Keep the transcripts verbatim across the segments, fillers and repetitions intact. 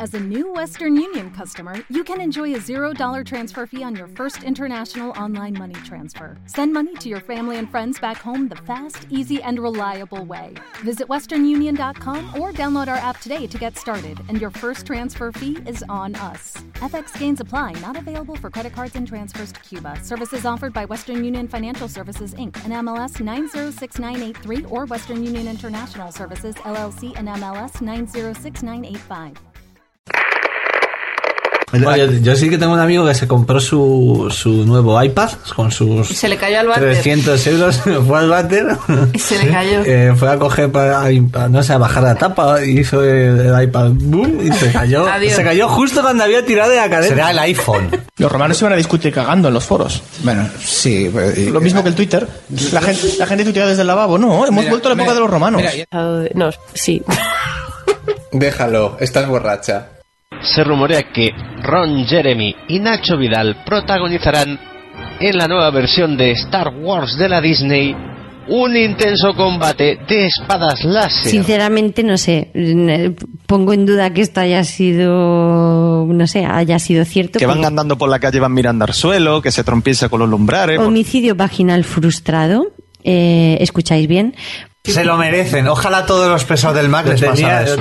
As a new Western Union customer, you can enjoy a zero dollars transfer fee on your first international online money transfer. Send money to your family and friends back home the fast, easy, and reliable way. Visit western union dot com or download our app today to get started, and your first transfer fee is on us. F X gains apply, not available for credit cards and transfers to Cuba. Services offered by Western Union Financial Services, Incorporated, and M L S nine zero six nine eight three or Western Union International Services, L L C, and M L S nine zero six nine eight five. Bueno, yo, yo sí que tengo un amigo que se compró su, su nuevo iPad con sus se le cayó al váter. trescientos euros, fue al váter y se le cayó. Eh, fue a coger para, para, no sé, a bajar la tapa, hizo el, el iPad boom y se cayó. Se cayó justo cuando había tirado de la cadena. Será el iPhone. Los romanos se van a discutir cagando en los foros. Bueno, sí. Y, Lo mismo que el Twitter. La gente, la gente tuitea desde el lavabo. No, hemos mira, vuelto a la época mira, de los romanos. Mira, uh, no, sí. Déjalo, estás borracha. Se rumorea que Ron Jeremy y Nacho Vidal protagonizarán en la nueva versión de Star Wars de la Disney un intenso combate de espadas láser. Sinceramente no sé, pongo en duda que esto haya sido, no sé, haya sido cierto. Que van porque... andando por la calle, van mirando al suelo, que se trompieza con los lumbrares. Homicidio por... vaginal frustrado, eh, ¿escucháis bien? Se lo merecen, ojalá todos los presos del M A C les pasara eso.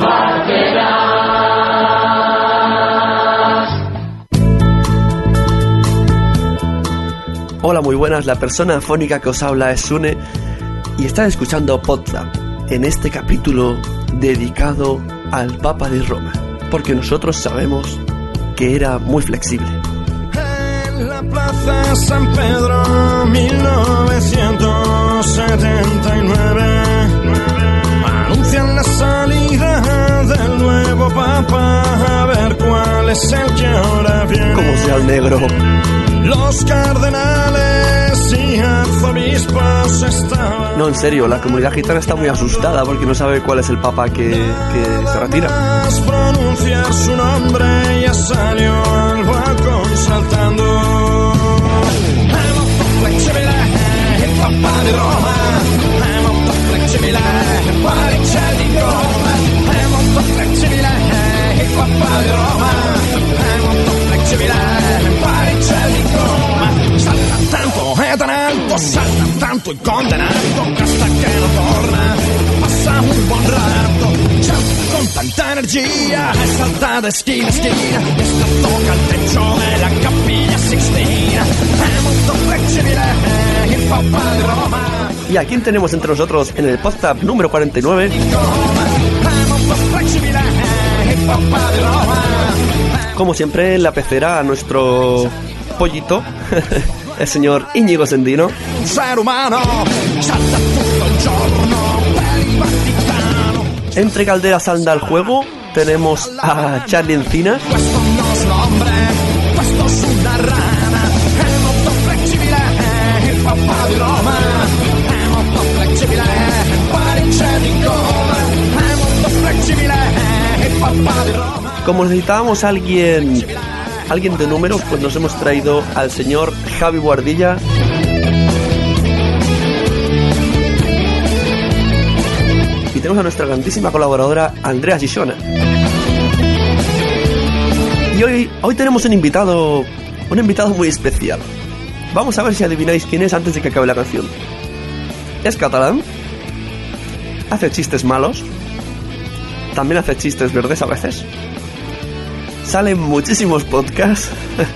Hola, muy buenas, la persona afónica que os habla es Sune y están escuchando Podzap en este capítulo dedicado al Papa de Roma, porque nosotros sabemos que era muy flexible. En la Plaza San Pedro, mil novecientos setenta y nueve, anuncian la salida del nuevo Papa, a ver cuál es el que ahora viene. Como sea el negro. Los cardenales y arzobispos estaban... No, en serio, la comunidad gitana está muy asustada porque no sabe cuál es el papa que, que se retira. Pronunciar su nombre, ya salió al balcón saltando. È molto flexibile, il Papa di Roma. È molto flexibile, quale c'è di Roma. È molto flexibile, il Papa di Roma. È molto flexibile, quale c'è di Roma. Salta tanto, è tan alto, salta tanto il condenato, hasta che non torna, passa un buon rato, salta con tanta energia, è salta da esquina a esquina, e sta tocca il techo della Cappilla Sixtina. È molto flexibile, il Papa di Roma. ¿Y a quién tenemos entre nosotros en el podcast número cuarenta y nueve? Como siempre, en la pecera a nuestro pollito, el señor Íñigo Sendino. Entre calderas anda el juego, tenemos a Charlie Encinas. Como necesitábamos a alguien, alguien de números, pues nos hemos traído al señor Javi Guardilla. Y tenemos a nuestra grandísima colaboradora Andrea Gishona. Y hoy, hoy tenemos un invitado, un invitado muy especial. Vamos a ver si adivináis quién es antes de que acabe la canción. Es catalán, hace chistes malos, también hace chistes verdes a veces, sale en muchísimos podcasts,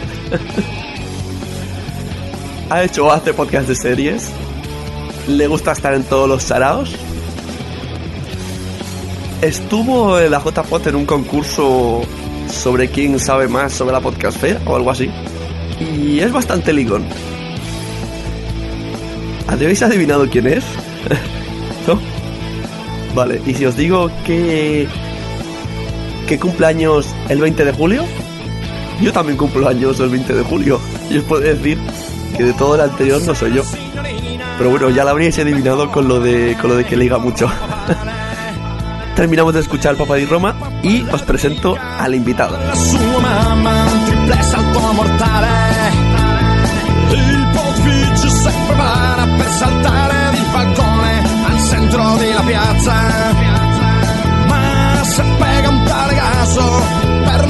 ha hecho o hace podcasts de series, le gusta estar en todos los saraos, estuvo en la J P O T en un concurso sobre quién sabe más sobre la podcastfera o algo así, y es bastante ligón. ¿Habéis adivinado quién es? ¿No? Vale, y si os digo que que cumple años el veinte de julio, yo también cumplo años el veinte de julio, y os puedo decir que de todo el anterior no soy yo. Pero bueno, ya lo habríais adivinado con lo de con lo de que liga mucho. Terminamos de escuchar el Papa di Roma y os presento al invitado. Si prepara per saltare di balcone al centro della piazza, ma se pega un tale caso per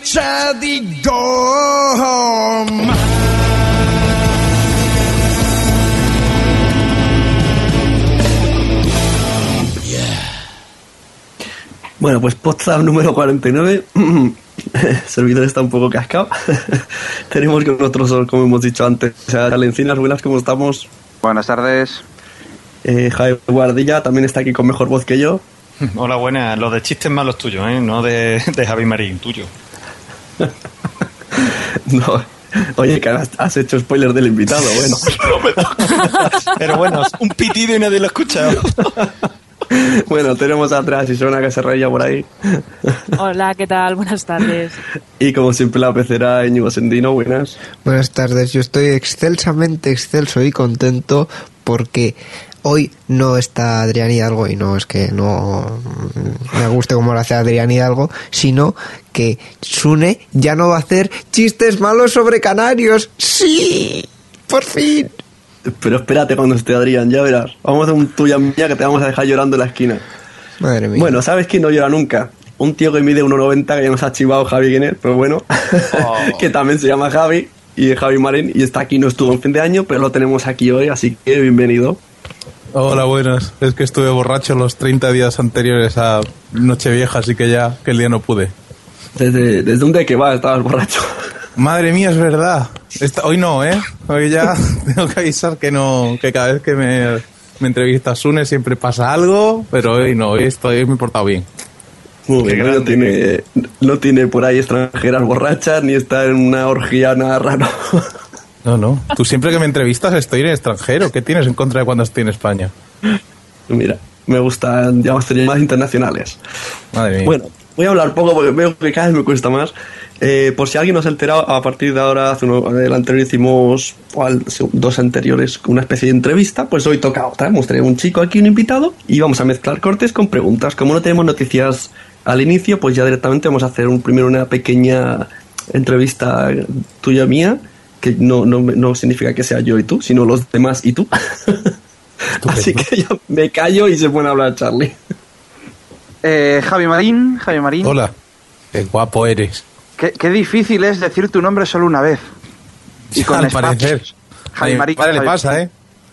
lucha digo más. Bueno, pues podcast número cuarenta y nueve. El servidor está un poco cascado. Tenemos con nosotros, como hemos dicho antes, o sea, Alencinas, buenas, ¿cómo estamos? Buenas tardes. Eh, Javi Guardilla también está aquí con mejor voz que yo. Hola, buenas. Los de chistes malos tuyos, ¿eh? No de, de Javi Marín, tuyo. No. Oye, que has, has hecho spoiler del invitado, bueno. No me toques. Pero bueno, un pitido y nadie lo ha escuchado. Bueno, tenemos atrás y suena que se reía por ahí. Hola, ¿qué tal? Buenas tardes. Y como siempre la pecera Íñigo Sendino, buenas. Buenas tardes, yo estoy excelsamente excelso y contento porque hoy no está Adrián Hidalgo, y no es que no me guste como lo hace Adrián Hidalgo, sino que Sune ya no va a hacer chistes malos sobre canarios. ¡Sí! ¡Por fin! Pero espérate cuando esté Adrián, ya verás. Vamos a hacer un tuya mía que te vamos a dejar llorando en la esquina. Madre mía. Bueno, ¿sabes quién no llora nunca? Un tío que mide uno noventa, que ya nos ha chivado Javi quién es, pero bueno, oh. que también se llama Javi, y es Javi Marín, y está aquí, no estuvo en fin de año, pero lo tenemos aquí hoy, así que bienvenido. Hola, buenas. Es que estuve borracho los treinta días anteriores a Nochevieja, así que ya, que el día no pude. ¿Desde, desde un día que va estabas borracho? Madre mía, es verdad. Esta, hoy no, ¿eh? Hoy ya tengo que avisar que no, que cada vez que me, me entrevista Sune siempre pasa algo, pero hoy no, hoy estoy, me he portado bien. Muy bien, no tiene, no tiene por ahí extranjeras borrachas, ni está en una orgía, nada raro. No, no. Tú siempre que me entrevistas estoy en el extranjero. ¿Qué tienes en contra de cuando estoy en España? Mira, me gustan ya más internacionales. Madre mía. Bueno, voy a hablar poco porque veo que cada vez me cuesta más. Eh, por si alguien no se ha enterado, a partir de ahora, hace uno, el anterior hicimos ¿cuál? dos anteriores, una especie de entrevista, pues hoy toca otra. Hemos traído un chico aquí, un invitado, y vamos a mezclar cortes con preguntas. Como no tenemos noticias al inicio, pues ya directamente vamos a hacer un, primero una pequeña entrevista tuya mía, que no, no, no significa que sea yo y tú, sino los demás y tú. Así que yo me callo y se pone a hablar Charlie. Eh, Javi Marín, Javi Marín. Hola, qué guapo eres. Qué, qué difícil es decir tu nombre solo una vez. Y con al espacios. parecer. Javi Marín. Vale, le Javi. pasa, ¿eh?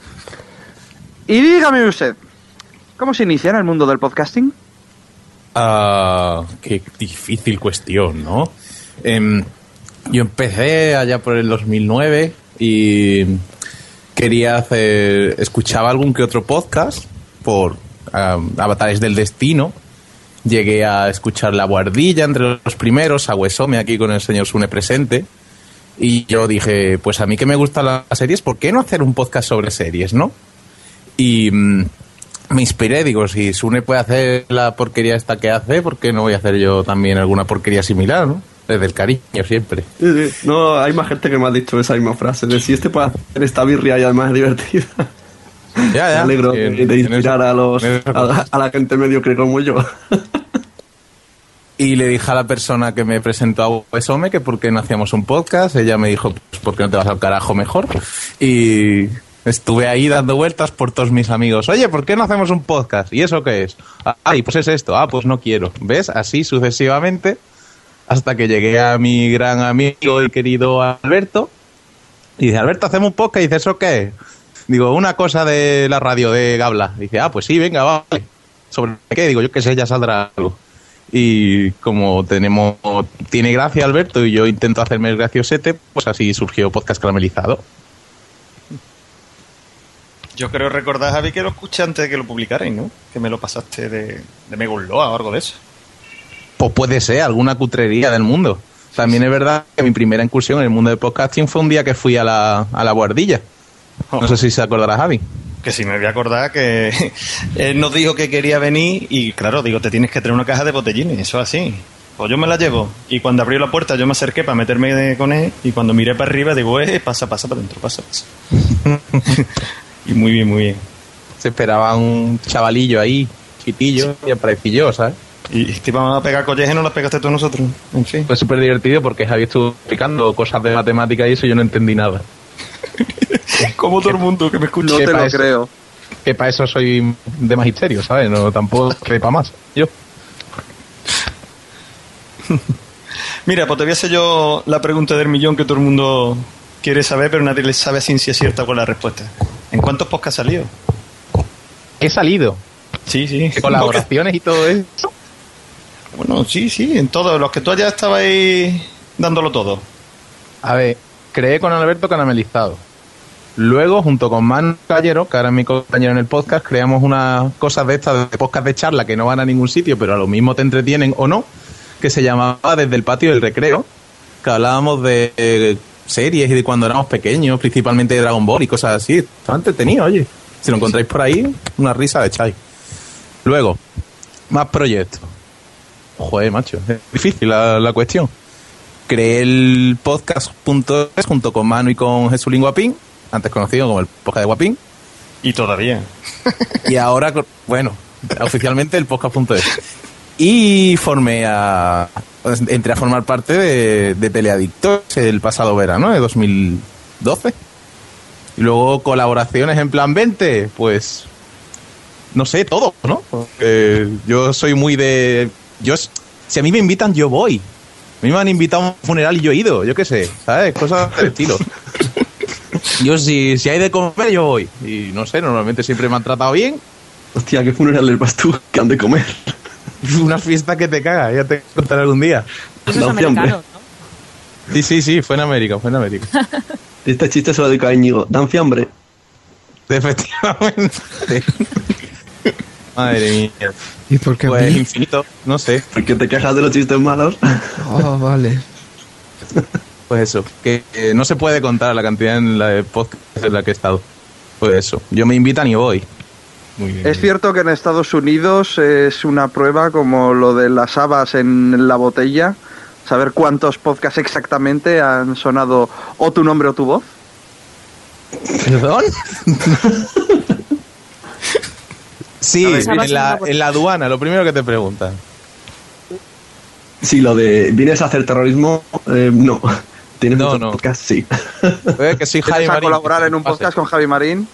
Y dígame usted, ¿cómo se inicia en el mundo del podcasting? Ah, qué difícil cuestión, ¿no? Eh, yo empecé allá por el dos mil nueve y quería hacer... Escuchaba algún que otro podcast por um, Avatares del Destino. Llegué a escuchar La Guardilla entre los primeros, a Huesome aquí con el señor Sune presente. Y yo dije, pues a mí que me gustan las series, ¿por qué no hacer un podcast sobre series, no? Y mmm, me inspiré, digo, si Sune puede hacer la porquería esta que hace, ¿por qué no voy a hacer yo también alguna porquería similar, no? Desde el cariño, siempre. Sí, sí. No, hay más gente que me ha dicho esa misma frase, de si este puede hacer esta birria y además es divertida. Ya, ya. Me alegro en, de, de inspirar eso, a los a, a la gente mediocre como yo. Y le dije a la persona que me presentó a Huesome que por qué no hacíamos un podcast. Ella me dijo, pues, ¿por qué no te vas al carajo mejor? Y estuve ahí dando vueltas por todos mis amigos. Oye, ¿por qué no hacemos un podcast? ¿Y eso qué es? Ay, pues es esto. Ah, pues no quiero. ¿Ves? Así sucesivamente hasta que llegué a mi gran amigo y querido Alberto. Y dice, Alberto, hacemos un podcast. Y dice, ¿eso qué es? Digo, una cosa de la radio de Gabla. Dice, ah, pues sí, venga, vale. ¿Sobre qué? Digo, yo qué sé, ya saldrá algo. Y como tenemos tiene gracia Alberto y yo intento hacerme el graciosete, pues así surgió Podcast Caramelizado. Yo creo recordar, Javi, que lo escuché antes de que lo publicarais, ¿no? Que me lo pasaste de, de Megulloa o algo de eso. Pues puede ser, alguna cutrería del mundo. También es verdad que mi primera incursión en el mundo del podcasting fue un día que fui a la, a la Guardilla. No sé si se acordará Javi. Que si me voy a acordar que él nos dijo que quería venir y claro, digo, te tienes que traer una caja de botellines, eso es así. Pues yo me la llevo y cuando abrió la puerta yo me acerqué para meterme de, con él y cuando miré para arriba digo, eh, pasa, pasa para adentro, pasa, pasa. Y muy bien, muy bien. Se esperaba un chavalillo ahí, chiquitillo, y aparecí yo, ¿sabes? Y te iban a pegar collejas y no las pegaste tú a nosotros, en fin. Fue súper divertido porque Javi estuvo explicando cosas de matemática y eso yo no entendí nada. Como todo el mundo que me escucha. No te lo eso, creo. Que para eso soy de magisterio, ¿sabes? No, tampoco que para más. Yo. Mira, pues te voy a hacer yo la pregunta del millón que todo el mundo quiere saber, pero nadie le sabe a ciencia cierta con la respuesta. ¿En cuántos podcasts has salido? He salido. Sí, sí. Colaboraciones y todo eso. Bueno, sí, sí, en todos los que tú allá estabas ahí dándolo todo. A ver, creé con Alberto Caramelizado. Luego, junto con Manu Callero, que ahora es mi compañero en el podcast, creamos unas cosas de estas de podcast de charla que no van a ningún sitio, pero a lo mismo te entretienen o no, que se llamaba Desde el Patio del Recreo, que hablábamos de eh, series y de cuando éramos pequeños, principalmente de Dragon Ball y cosas así. Está entretenido, oye. Si lo encontráis por ahí, una risa de echáis. Luego, más proyectos. Joder, macho, es difícil la, la cuestión. Creé el podcast punto es junto con Manu y con Jesulín Guapín, antes conocido como el podcast de Guapín. Y todavía. Y ahora, bueno, oficialmente el podcast punto es. Y formé a... entré a formar parte de, de Teleadictos el pasado verano, de dos mil doce. Y luego colaboraciones en plan veinte, pues... no sé, todo, ¿no? Porque yo soy muy de... yo si a mí me invitan, yo voy. A mí me han invitado a un funeral y yo he ido, yo qué sé, ¿sabes? Cosas del estilo. Yo si, si hay de comer, yo voy. Y no sé, normalmente siempre me han tratado bien. Hostia, ¿qué funerales vas tú que han de comer? Una fiesta que te caga, ya te contaré algún día. Eso es americano, ¿no? Sí, sí, sí, fue en América, fue en América. Este chiste se lo dedico a Íñigo. ¿Dan fiambre? Efectivamente. Madre mía. ¿Y por qué? Pues infinito, no sé. ¿Porque te quejas de los chistes malos? Oh, vale. Pues eso, que, que no se puede contar la cantidad en la de podcast en la que he estado. Pues eso, yo me invitan y voy. Muy bien. Es cierto que en Estados Unidos es una prueba como lo de las habas en la botella, saber cuántos podcasts exactamente han sonado o tu nombre o tu voz. ¿Perdón? Sí, en la, en la aduana, lo primero que te preguntan. Sí, lo de ¿vienes a hacer terrorismo? Eh, no. ¿Tienes no, muchos no. podcasts? Sí. Oye, que soy Javi ¿Vienes a Marín, colaborar en un podcast con Javi Marín?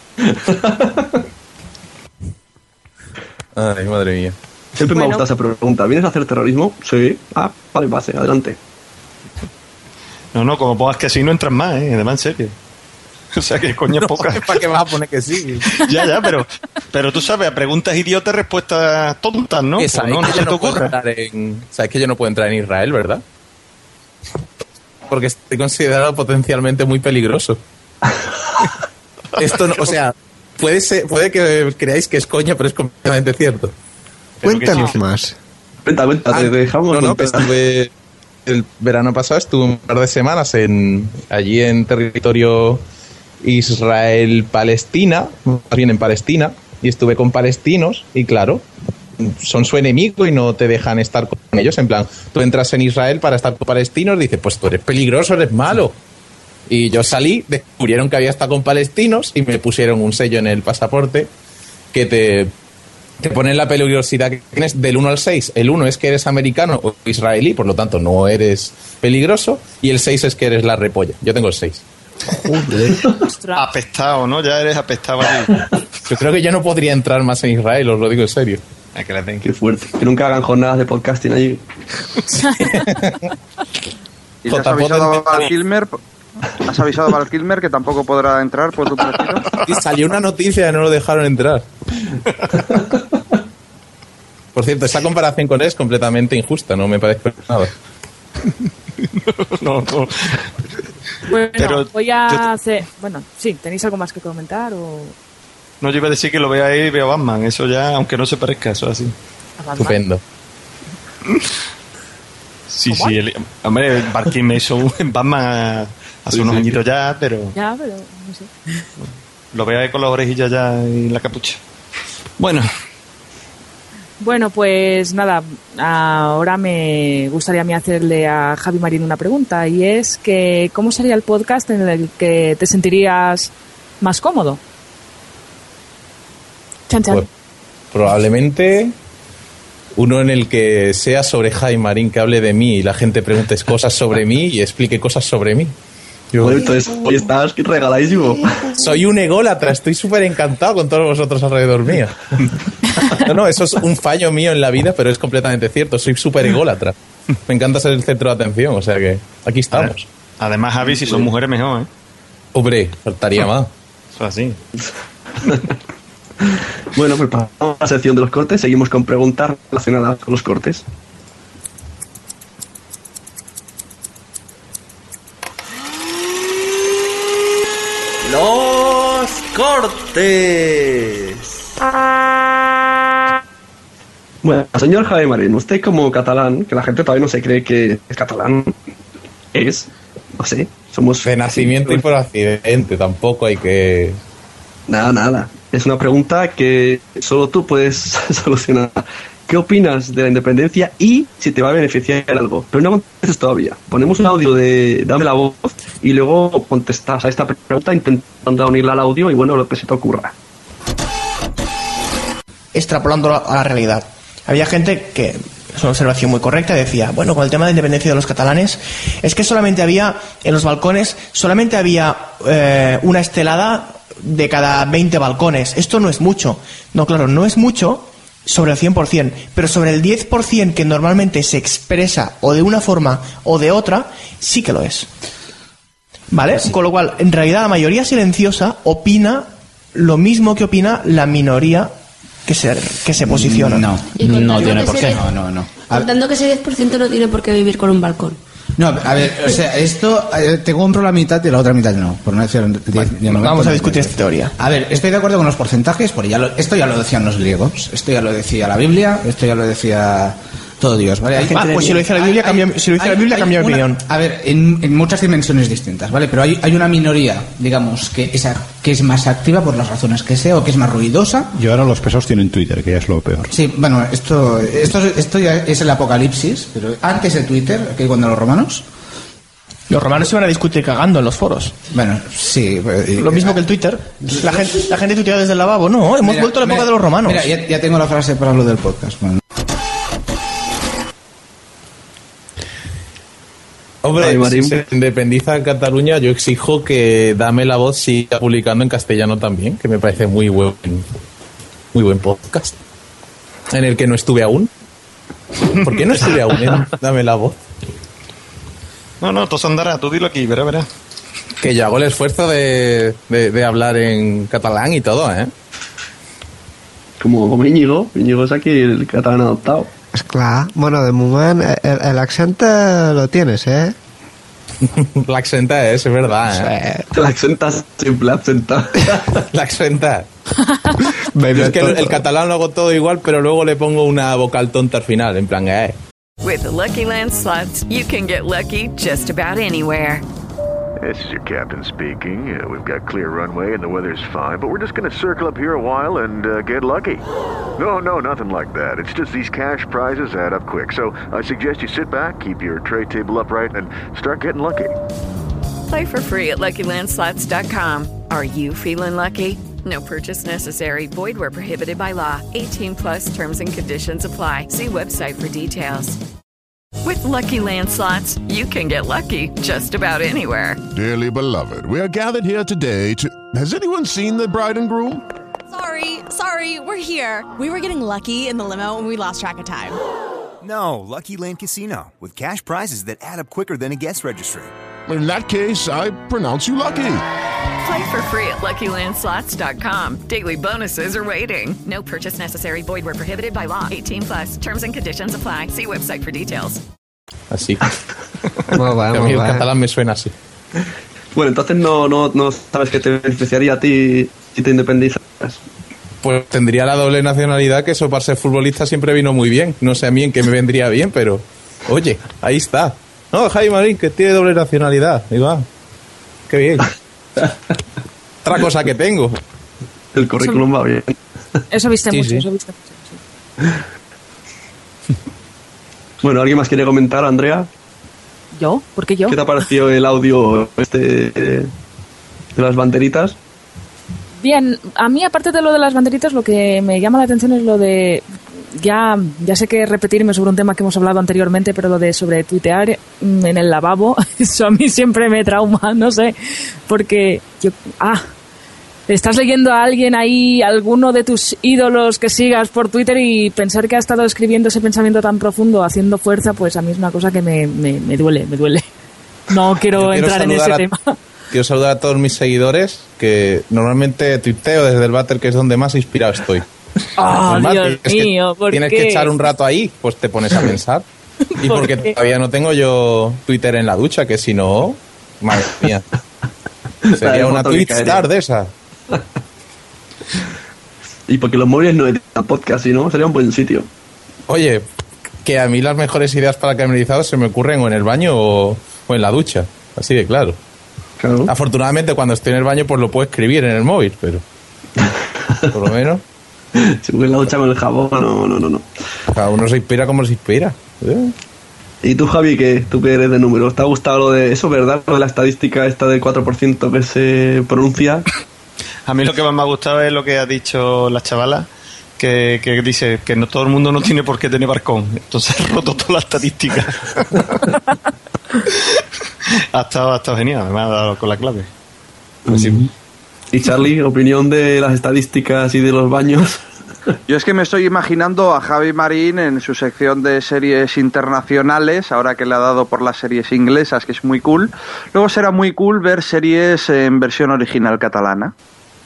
Ay, madre mía. Siempre bueno. me ha gustado esa pregunta. ¿Vienes a hacer terrorismo? Sí. Ah, vale, pase, adelante. No, no, como pongas que sí, no entras más, ¿eh? Además, en serio. O sea, que coño no, poca. ¿Para qué vas a poner que sí? Ya, ya, pero pero tú sabes, a preguntas idiotas, respuestas tontas, ¿no? ¿Sabes no, que, no yo te no puedo ocurra. entrar en, ¿Sabes que yo no puedo entrar en Israel, verdad? Porque estoy considerado potencialmente muy peligroso. Esto, no, o sea, puede ser, puede que creáis que es coña, pero es completamente cierto. Cuéntanos sí. más. Cuenta, cuenta, ah, te dejamos. No, no, que estuve el verano pasado, estuve un par de semanas en allí en territorio Israel-Palestina, más bien en Palestina, y estuve con palestinos, y claro, son su enemigo y no te dejan estar con ellos. En plan, tú entras en Israel para estar con palestinos, dices, pues tú eres peligroso, eres malo. Y yo salí, descubrieron que había estado con palestinos y me pusieron un sello en el pasaporte que te, te pone la peligrosidad que tienes del uno al seis. El uno es que eres americano o israelí, por lo tanto no eres peligroso, y el seis es que eres la repolla. Yo tengo el seis. Joder. Apestado, ¿no? Ya eres apestado allí. Yo creo que yo no podría entrar más en Israel, os lo digo en serio. Ay, que la Qué fuerte. Que nunca hagan jornadas de podcasting allí. ¿Y le has avisado a Val Kilmer? ¿Has avisado a Val Kilmer que tampoco podrá entrar por tu partido? Y salió una noticia y no lo dejaron entrar. Por cierto, esa comparación con él es completamente injusta, no me parece nada. No, no. Bueno, Pero voy a yo... hacer... Bueno, sí, ¿tenéis algo más que comentar o...? No, yo iba a decir que lo vea ahí y veo a Batman. Eso ya, aunque no se parezca, eso así. Estupendo. Sí, sí. El, hombre, Barkin me hizo un Batman hace sí, unos sí, añitos sí. ya, pero... Ya, pero no sé. Lo veo ahí con las orejillas ya y la capucha. Bueno... Bueno, pues nada, ahora me gustaría a mí hacerle a Javi Marín una pregunta, y es que ¿cómo sería el podcast en el que te sentirías más cómodo? Chan, chan. Pues, probablemente uno en el que sea sobre Javi Marín, que hable de mí y la gente pregunte cosas sobre mí y explique cosas sobre mí. Yo, entonces, hoy estás regaladísimo. Soy un ególatra, estoy súper encantado con todos vosotros alrededor mío. No, no, eso es un fallo mío en la vida, pero es completamente cierto. Soy súper ególatra. Me encanta ser el centro de atención, o sea que aquí estamos. Además, Javi, si son mujeres, mejor, ¿eh? Hombre, faltaría más. Eso así. Bueno, pues pasamos a la sección de los cortes. Seguimos con preguntas relacionadas con los cortes. Los cortes. Bueno, señor Javi Marín, usted como catalán, que la gente todavía no se cree que es catalán, es, no sé, somos... De nacimiento sí, y por accidente, tampoco hay que... Nada, nada. Es una pregunta que solo tú puedes solucionar. ¿Qué opinas de la independencia y si te va a beneficiar en algo? Pero no contestes todavía. Ponemos un audio de Dame la Voz y luego contestas a esta pregunta intentando unirla al audio y bueno, lo que se te ocurra. Extrapolando a la realidad. Había gente que, es una observación muy correcta, decía, bueno, con el tema de la independencia de los catalanes, es que solamente había, en los balcones, solamente había eh, una estelada de cada veinte balcones. Esto no es mucho. No, claro, no es mucho sobre el cien por ciento, pero sobre el diez por ciento que normalmente se expresa o de una forma o de otra, sí que lo es. ¿Vale? Sí. Con lo cual, en realidad la mayoría silenciosa opina lo mismo que opina la minoría que se, que se posiciona. No, no tiene por qué. No, no, no. Contando que ese diez por ciento no tiene por qué vivir con un balcón. No, a ver, o sea, esto eh, te compro la mitad y la otra mitad no, por no decir, bueno, de, de vamos a discutir esta teoría. A ver, estoy de acuerdo con los porcentajes, porque ya lo, esto ya lo decían los griegos, esto ya lo decía la Biblia, esto ya lo decía todo Dios, ¿vale? Hay ah, pues si lo dice la Biblia, cambia, si lo dice hay, la Biblia, cambia mi opinión. A ver, en, en muchas dimensiones distintas, ¿vale? Pero hay, hay una minoría, digamos, que es, que es más activa por las razones que sea, o que es más ruidosa. Y ahora los pesados tienen Twitter, que ya es lo peor. Sí, bueno, esto, esto, esto ya es el apocalipsis, pero antes de Twitter, que cuando los romanos... Los romanos se iban a discutir cagando en los foros. Bueno, sí. Lo mismo que el Twitter. La gente, la gente tuitea desde el lavabo. No, hemos mira, vuelto a la época mira, de los romanos. Mira, ya, ya tengo la frase para lo del podcast. Bueno. Hombre, si se independiza Cataluña, yo exijo que Dame la Voz siga publicando en castellano también, que me parece muy buen, muy buen podcast. En el que no estuve aún. ¿Por qué no estuve aún en Dame la Voz? No, no, todo andará, tú dilo aquí, verá, verá. Que yo hago el esfuerzo de, de, de hablar en catalán y todo, ¿eh? Como, como Íñigo, Íñigo es aquí el catalán adoptado. Es claro, bueno, de moment el, el accent lo tienes, ¿eh? L'accenta es, es verdad, ¿eh? Sí. L'accenta, simple accenta. L'accenta. Es que el, el catalán lo hago todo igual, pero luego le pongo una vocal tonta al final, en plan, eh. With the Lucky Land Slots, you can get lucky just about anywhere. This is your captain speaking. Uh, we've got clear runway and the weather's fine, but we're just going to circle up here a while and uh, get lucky. No, no, nothing like that. It's just these cash prizes add up quick. So I suggest you sit back, keep your tray table upright, and start getting lucky. Play for free at Lucky Land Slots dot com. Are you feeling lucky? No purchase necessary. Void where prohibited by law. eighteen plus terms and conditions apply. See website for details. With Lucky Land Slots, you can get lucky just about anywhere. Dearly beloved, we are gathered here today to... Has anyone seen the bride and groom? Sorry, sorry, we're here. We were getting lucky in the limo and we lost track of time. No, Lucky Land Casino, with cash prizes that add up quicker than a guest registry. In that case, I pronounce you lucky. Play for free at Lucky Land Slots dot com. Daily bonuses are waiting. No purchase necessary. Void where prohibited by law. eighteen plus. Terms and conditions apply. See website for details. Así. Bueno, va, a mí el catalán me suena así. Bueno, entonces no, no, no sabes que te beneficiaría a ti si te independizas. Pues tendría la doble nacionalidad, que eso para ser futbolista siempre vino muy bien. No sé a mí en qué me vendría bien, pero oye, ahí está. No, Javi Marín, que tiene doble nacionalidad. Digo, ah, qué bien. Otra cosa que tengo. El currículum eso, va bien. Eso viste sí, mucho, sí. eso viste mucho. Sí. Bueno, ¿alguien más quiere comentar, Andrea? ¿Yo? ¿Por qué yo? ¿Qué te ha parecido el audio este de las banderitas? Bien, a mí aparte de lo de las banderitas, lo que me llama la atención es lo de... Ya, ya sé que repetirme sobre un tema que hemos hablado anteriormente, pero lo de sobre tuitear en el lavabo, eso a mí siempre me trauma, no sé, porque yo... Ah, estás leyendo a alguien ahí, alguno de tus ídolos que sigas por Twitter y pensar que ha estado escribiendo ese pensamiento tan profundo, haciendo fuerza, pues a mí es una cosa que me, me, me duele, me duele. No quiero, quiero entrar en ese a, tema. Quiero saludar a todos mis seguidores, que normalmente tuiteo desde el váter, que es donde más inspirado estoy. ¡Oh, Dios mío! ¿Por tienes qué? que echar un rato ahí, pues te pones a pensar. Y ¿Por porque qué? todavía no tengo yo Twitter en la ducha, que si no, madre mía, sería una Twitstar de esa. Y porque los móviles no editan podcast, si no, sería un buen sitio. Oye, que a mí las mejores ideas para caramelizado se me ocurren o en el baño o, o en la ducha, así de claro. Claro. Afortunadamente cuando estoy en el baño pues lo puedo escribir en el móvil, pero por lo menos. Si en la ducha con el jabón, no, no, no, no. Cada uno se inspira como se inspira. ¿Eh? ¿Y tú, Javi, qué? ¿Tú que eres de números? ¿Te ha gustado lo de eso, verdad? Lo de la estadística esta del cuatro por ciento que se pronuncia. A mí lo que más me ha gustado es lo que ha dicho la chavala, que, que dice que no todo el mundo no tiene por qué tener barcón. Entonces ha roto toda la estadística. ha, estado, ha estado genial, me ha dado con la clave. Pues sí. Y Charlie, opinión de las estadísticas y de los baños. Yo es que me estoy imaginando a Javi Marín en su sección de series internacionales, ahora que le ha dado por las series inglesas, que es muy cool. Luego será muy cool ver series en versión original catalana.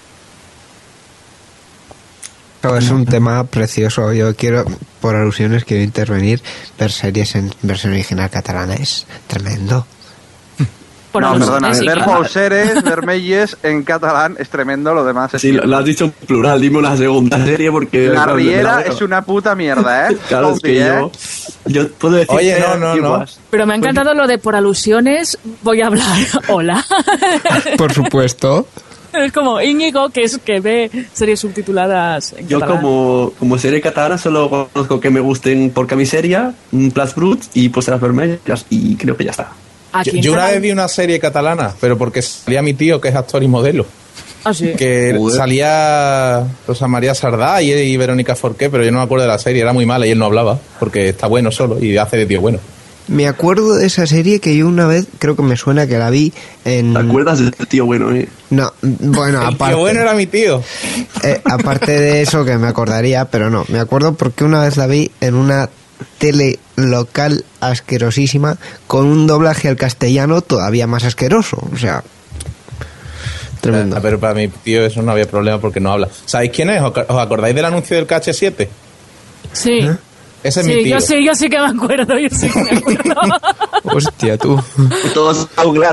No, es un tema precioso. Yo quiero, por alusiones, quiero intervenir. Ver series en versión original catalana es tremendo. Por no, perdona, sí, ver Pauseres, Vermelles en catalán es tremendo, lo demás es... Sí, lo, lo has dicho en plural, dime una segunda serie porque... La Riera es una puta mierda, ¿eh? Claro, es que yo, yo puedo decir... Oye, no, no, no. Pero me ha encantado lo de por alusiones voy a hablar. Hola. Por supuesto. Es como Íñigo, que es que ve series subtituladas en Yo catalán. como, como serie catalana solo conozco que me gusten por Camiseria, Plas Bruts y Posteras Vermellas y creo que ya está. Yo, yo una vez vi una serie catalana, pero porque salía mi tío, que es actor y modelo. Ah, sí. Que Joder. Salía Rosa María Sardá y, y Verónica Forqué, pero yo no me acuerdo de la serie, era muy mala y él no hablaba, porque está bueno solo y hace de tío bueno. Me acuerdo de esa serie que yo una vez, creo que me suena que la vi en... ¿Te acuerdas de este tío bueno, eh? No, bueno, El aparte... tío bueno era mi tío. Eh, aparte de eso que me acordaría, pero no, me acuerdo porque una vez la vi en una tele local asquerosísima con un doblaje al castellano todavía más asqueroso, o sea, tremendo. Ah, pero para mi tío eso no había problema porque no habla. ¿Sabéis quién es? ¿Os acordáis del anuncio del K H siete? Sí. ¿Eh? Ese es sí, mi tío. yo sí, yo sí que me acuerdo, yo sí que me acuerdo. Hostia, tú. Todos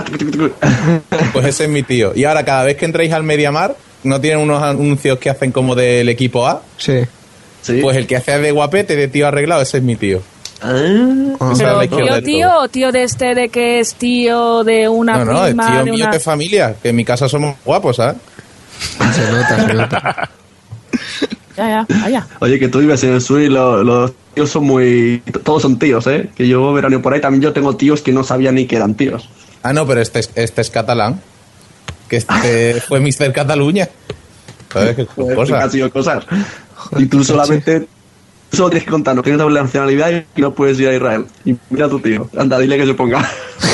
Pues ese es mi tío. Y ahora cada vez que entréis al Mediamar, ¿no tienen unos anuncios que hacen como del equipo A? Sí. ¿Sí? Pues el que hace de guapete, de tío arreglado, ese es mi tío. Ah, Pero tío, tío, o tío de este de que es tío de una no, no, prima, es tío de mío una... de familia, que en mi casa somos guapos, ¿sabes? Se nota, se nota. Ya, ya, vaya. Oye, que tú vives en el sur y lo- los tíos son muy... Todos son tíos, ¿eh? Que yo veraneo por ahí, también yo tengo tíos que no sabían ni que eran tíos. Ah, no, pero este es, este es catalán. Que este fue mister Cataluña. ¿Sabes qué Joder, cosa? que ha sido cosas. Y tú solamente... Tú solo tienes que contarnos que tienes doble nacionalidad y no puedes ir a Israel. Y mira a tu tío. Anda, dile que se ponga.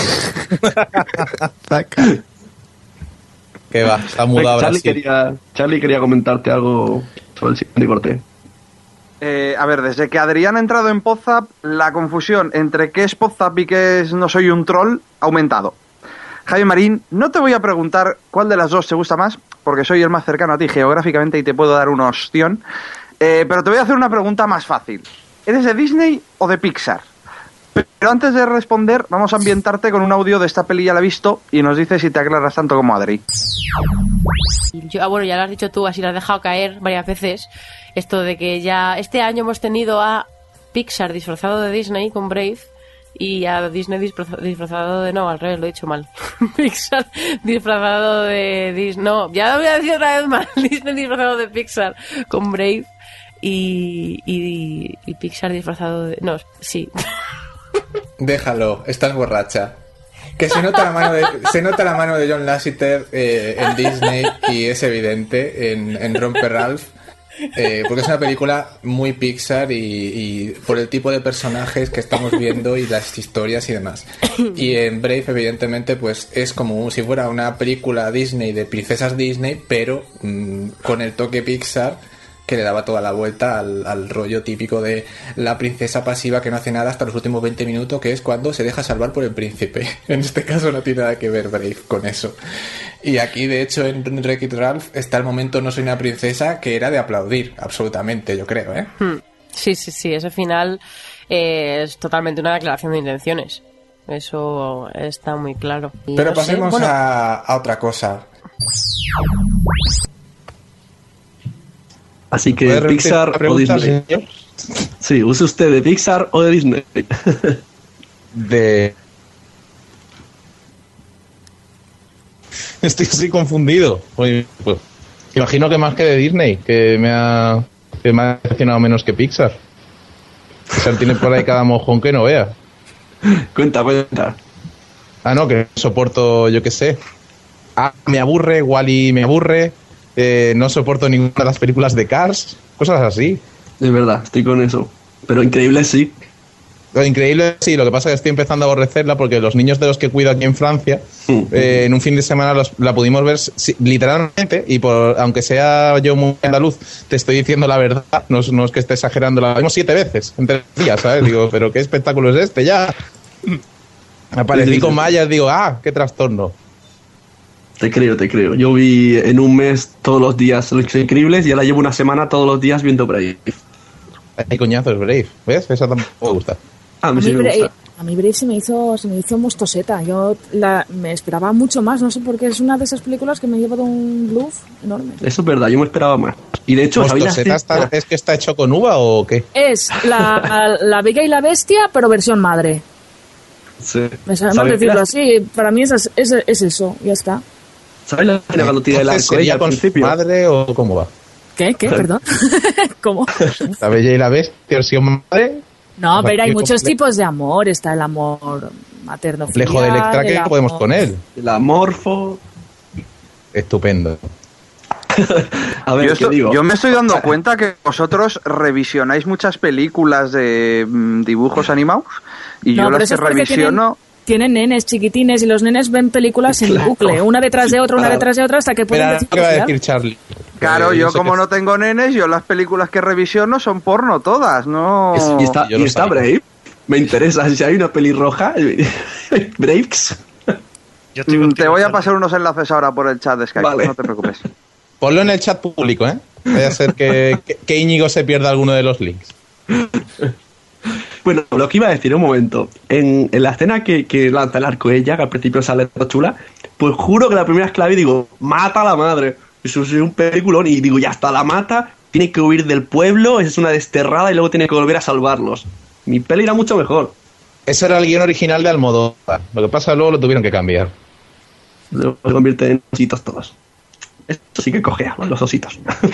Que va, está mudado ahora Charlie sí. quería, Charlie quería comentarte algo sobre el siguiente corte. Eh, a ver, desde que Adrián ha entrado en Podzap, la confusión entre qué es Podzap y qué es No Soy un Troll ha aumentado. Javi Marín, no te voy a preguntar cuál de las dos te gusta más, porque soy el más cercano a ti geográficamente y te puedo dar una opción, eh, pero te voy a hacer una pregunta más fácil. ¿Eres de Disney o de Pixar? Pero antes de responder, vamos a ambientarte con un audio de esta peli, ya la he visto, y nos dices si te aclaras tanto como Adri. Yo, ah, bueno, ya lo has dicho tú, así lo has dejado caer varias veces. Esto de que ya este año hemos tenido a Pixar disfrazado de Disney con Brave y a Disney disfraza- disfrazado de... No, al revés, lo he dicho mal. Pixar disfrazado de Disney... No, ya lo voy a decir otra vez mal. Disney disfrazado de Pixar con Brave y, y, y Pixar disfrazado de... No, sí. Déjalo, estás borracha. Que se nota la mano de, se nota la mano de John Lasseter eh, en Disney y es evidente en, en Romper Ralph Eh, porque es una película muy Pixar y, y por el tipo de personajes que estamos viendo y las historias y demás. Y en Brave, evidentemente, pues es como si fuera una película Disney de princesas Disney, pero mmm, con el toque Pixar que le daba toda la vuelta al, al rollo típico de la princesa pasiva que no hace nada hasta los últimos veinte minutos, que es cuando se deja salvar por el príncipe. En este caso no tiene nada que ver Brave con eso. Y aquí, de hecho, en Wreck-It Ralph está el momento no soy una princesa, que era de aplaudir, absolutamente, yo creo, ¿eh? Sí, sí, sí, ese final eh, es totalmente una declaración de intenciones. Eso está muy claro. Y Pero no pasemos sé, bueno, a, a otra cosa. Así que ¿Puede repetir Pixar la o pregunta, Disney. señor? Sí, use usted de Pixar o de Disney. De... Estoy así confundido. Pues, pues, imagino que más que de Disney, que me ha, que me ha decepcionado menos que Pixar. Pixar tiene por ahí cada mojón que no vea. Cuenta, cuenta. Ah, no, que soporto, yo qué sé. Ah, me aburre, Wall-E me aburre. Eh, no soporto ninguna de las películas de Cars. Cosas así. Es verdad, estoy con eso. Pero increíble sí. Lo increíble, sí, lo que pasa es que estoy empezando a aborrecerla porque los niños de los que cuido aquí en Francia, eh, en un fin de semana los, la pudimos ver sí, literalmente, y por aunque sea yo muy andaluz, te estoy diciendo la verdad, no, no es que esté exagerando, la vimos siete veces en tres días, ¿sabes? Digo, pero ¿qué espectáculo es este ya? Aparecí Sí, sí, con sí. mallas, digo, ah, qué trastorno. Te creo, te creo. Yo vi en un mes todos los días Los Increíbles y ahora llevo una semana todos los días viendo Brave. Hay coñazos, Brave, ¿ves? Esa tampoco me gusta. A A mí mí, sí me Brave, gusta. a mí Brave se me hizo se me hizo mostoseta. Yo la, me esperaba mucho más, no sé por qué. Es una de esas películas que me lleva de un bluff enorme. Eso es verdad, yo me esperaba más. Y de hecho, ¿sabéis la ¿Mostoseta escena? está- ¿Es que está hecho con uva o qué? Es la, la Bella y la Bestia, pero versión madre. Sí. Me sabe mal ¿Sabéis decirlo la- así. Para mí es, es, es eso, ya está. ¿Sabéis la escena cuando tira el Entonces, arco ella ¿sería al con su principio? madre o cómo va? ¿Qué? ¿Qué? Perdón. ¿Cómo? La Bella y la Bestia, versión madre. No, pero hay muchos Comple- tipos de amor. Está el amor materno Complejo de Electra que podemos con él. El amorfo. Estupendo. A ver, yo, ¿qué esto- digo? yo me estoy dando cuenta que vosotros revisionáis muchas películas de mm, dibujos animados y No, yo pero las eso que es porque revisiono... Tienen nenes chiquitines y los nenes ven películas en Claro. bucle, una detrás de otra, una Claro. detrás de otra, hasta que pueden Espera, decir ¿qué va a "Hostia". decir Charlie? Claro, Eh, yo sé como que- no tengo nenes, yo las películas que revisiono son porno todas, ¿no? Y está, yo y lo está sabía. Brave. Me interesa. Si hay una pelirroja, Braves. Yo estoy Mm, contigo, Te voy a Charlie. pasar unos enlaces ahora por el chat de Skype, Vale. no te preocupes. Ponlo en el chat público, ¿eh? Vaya a ser que, que, que Íñigo se pierda alguno de los links. Bueno, lo que iba a decir, un momento. En, en la escena que, que lanza el arco ella, que al principio sale todo chula, pues juro que la primera es clave y digo, mata a la madre. Eso es un peliculón. Y digo, ya está, la mata, tiene que huir del pueblo, es una desterrada y luego tiene que volver a salvarlos. Mi peli era mucho mejor. Ese era el guión original de Almodóvar. Lo que pasa luego lo tuvieron que cambiar. Luego se convierte en ositos todos. Esto sí que cogea, ¿no? Los ositos.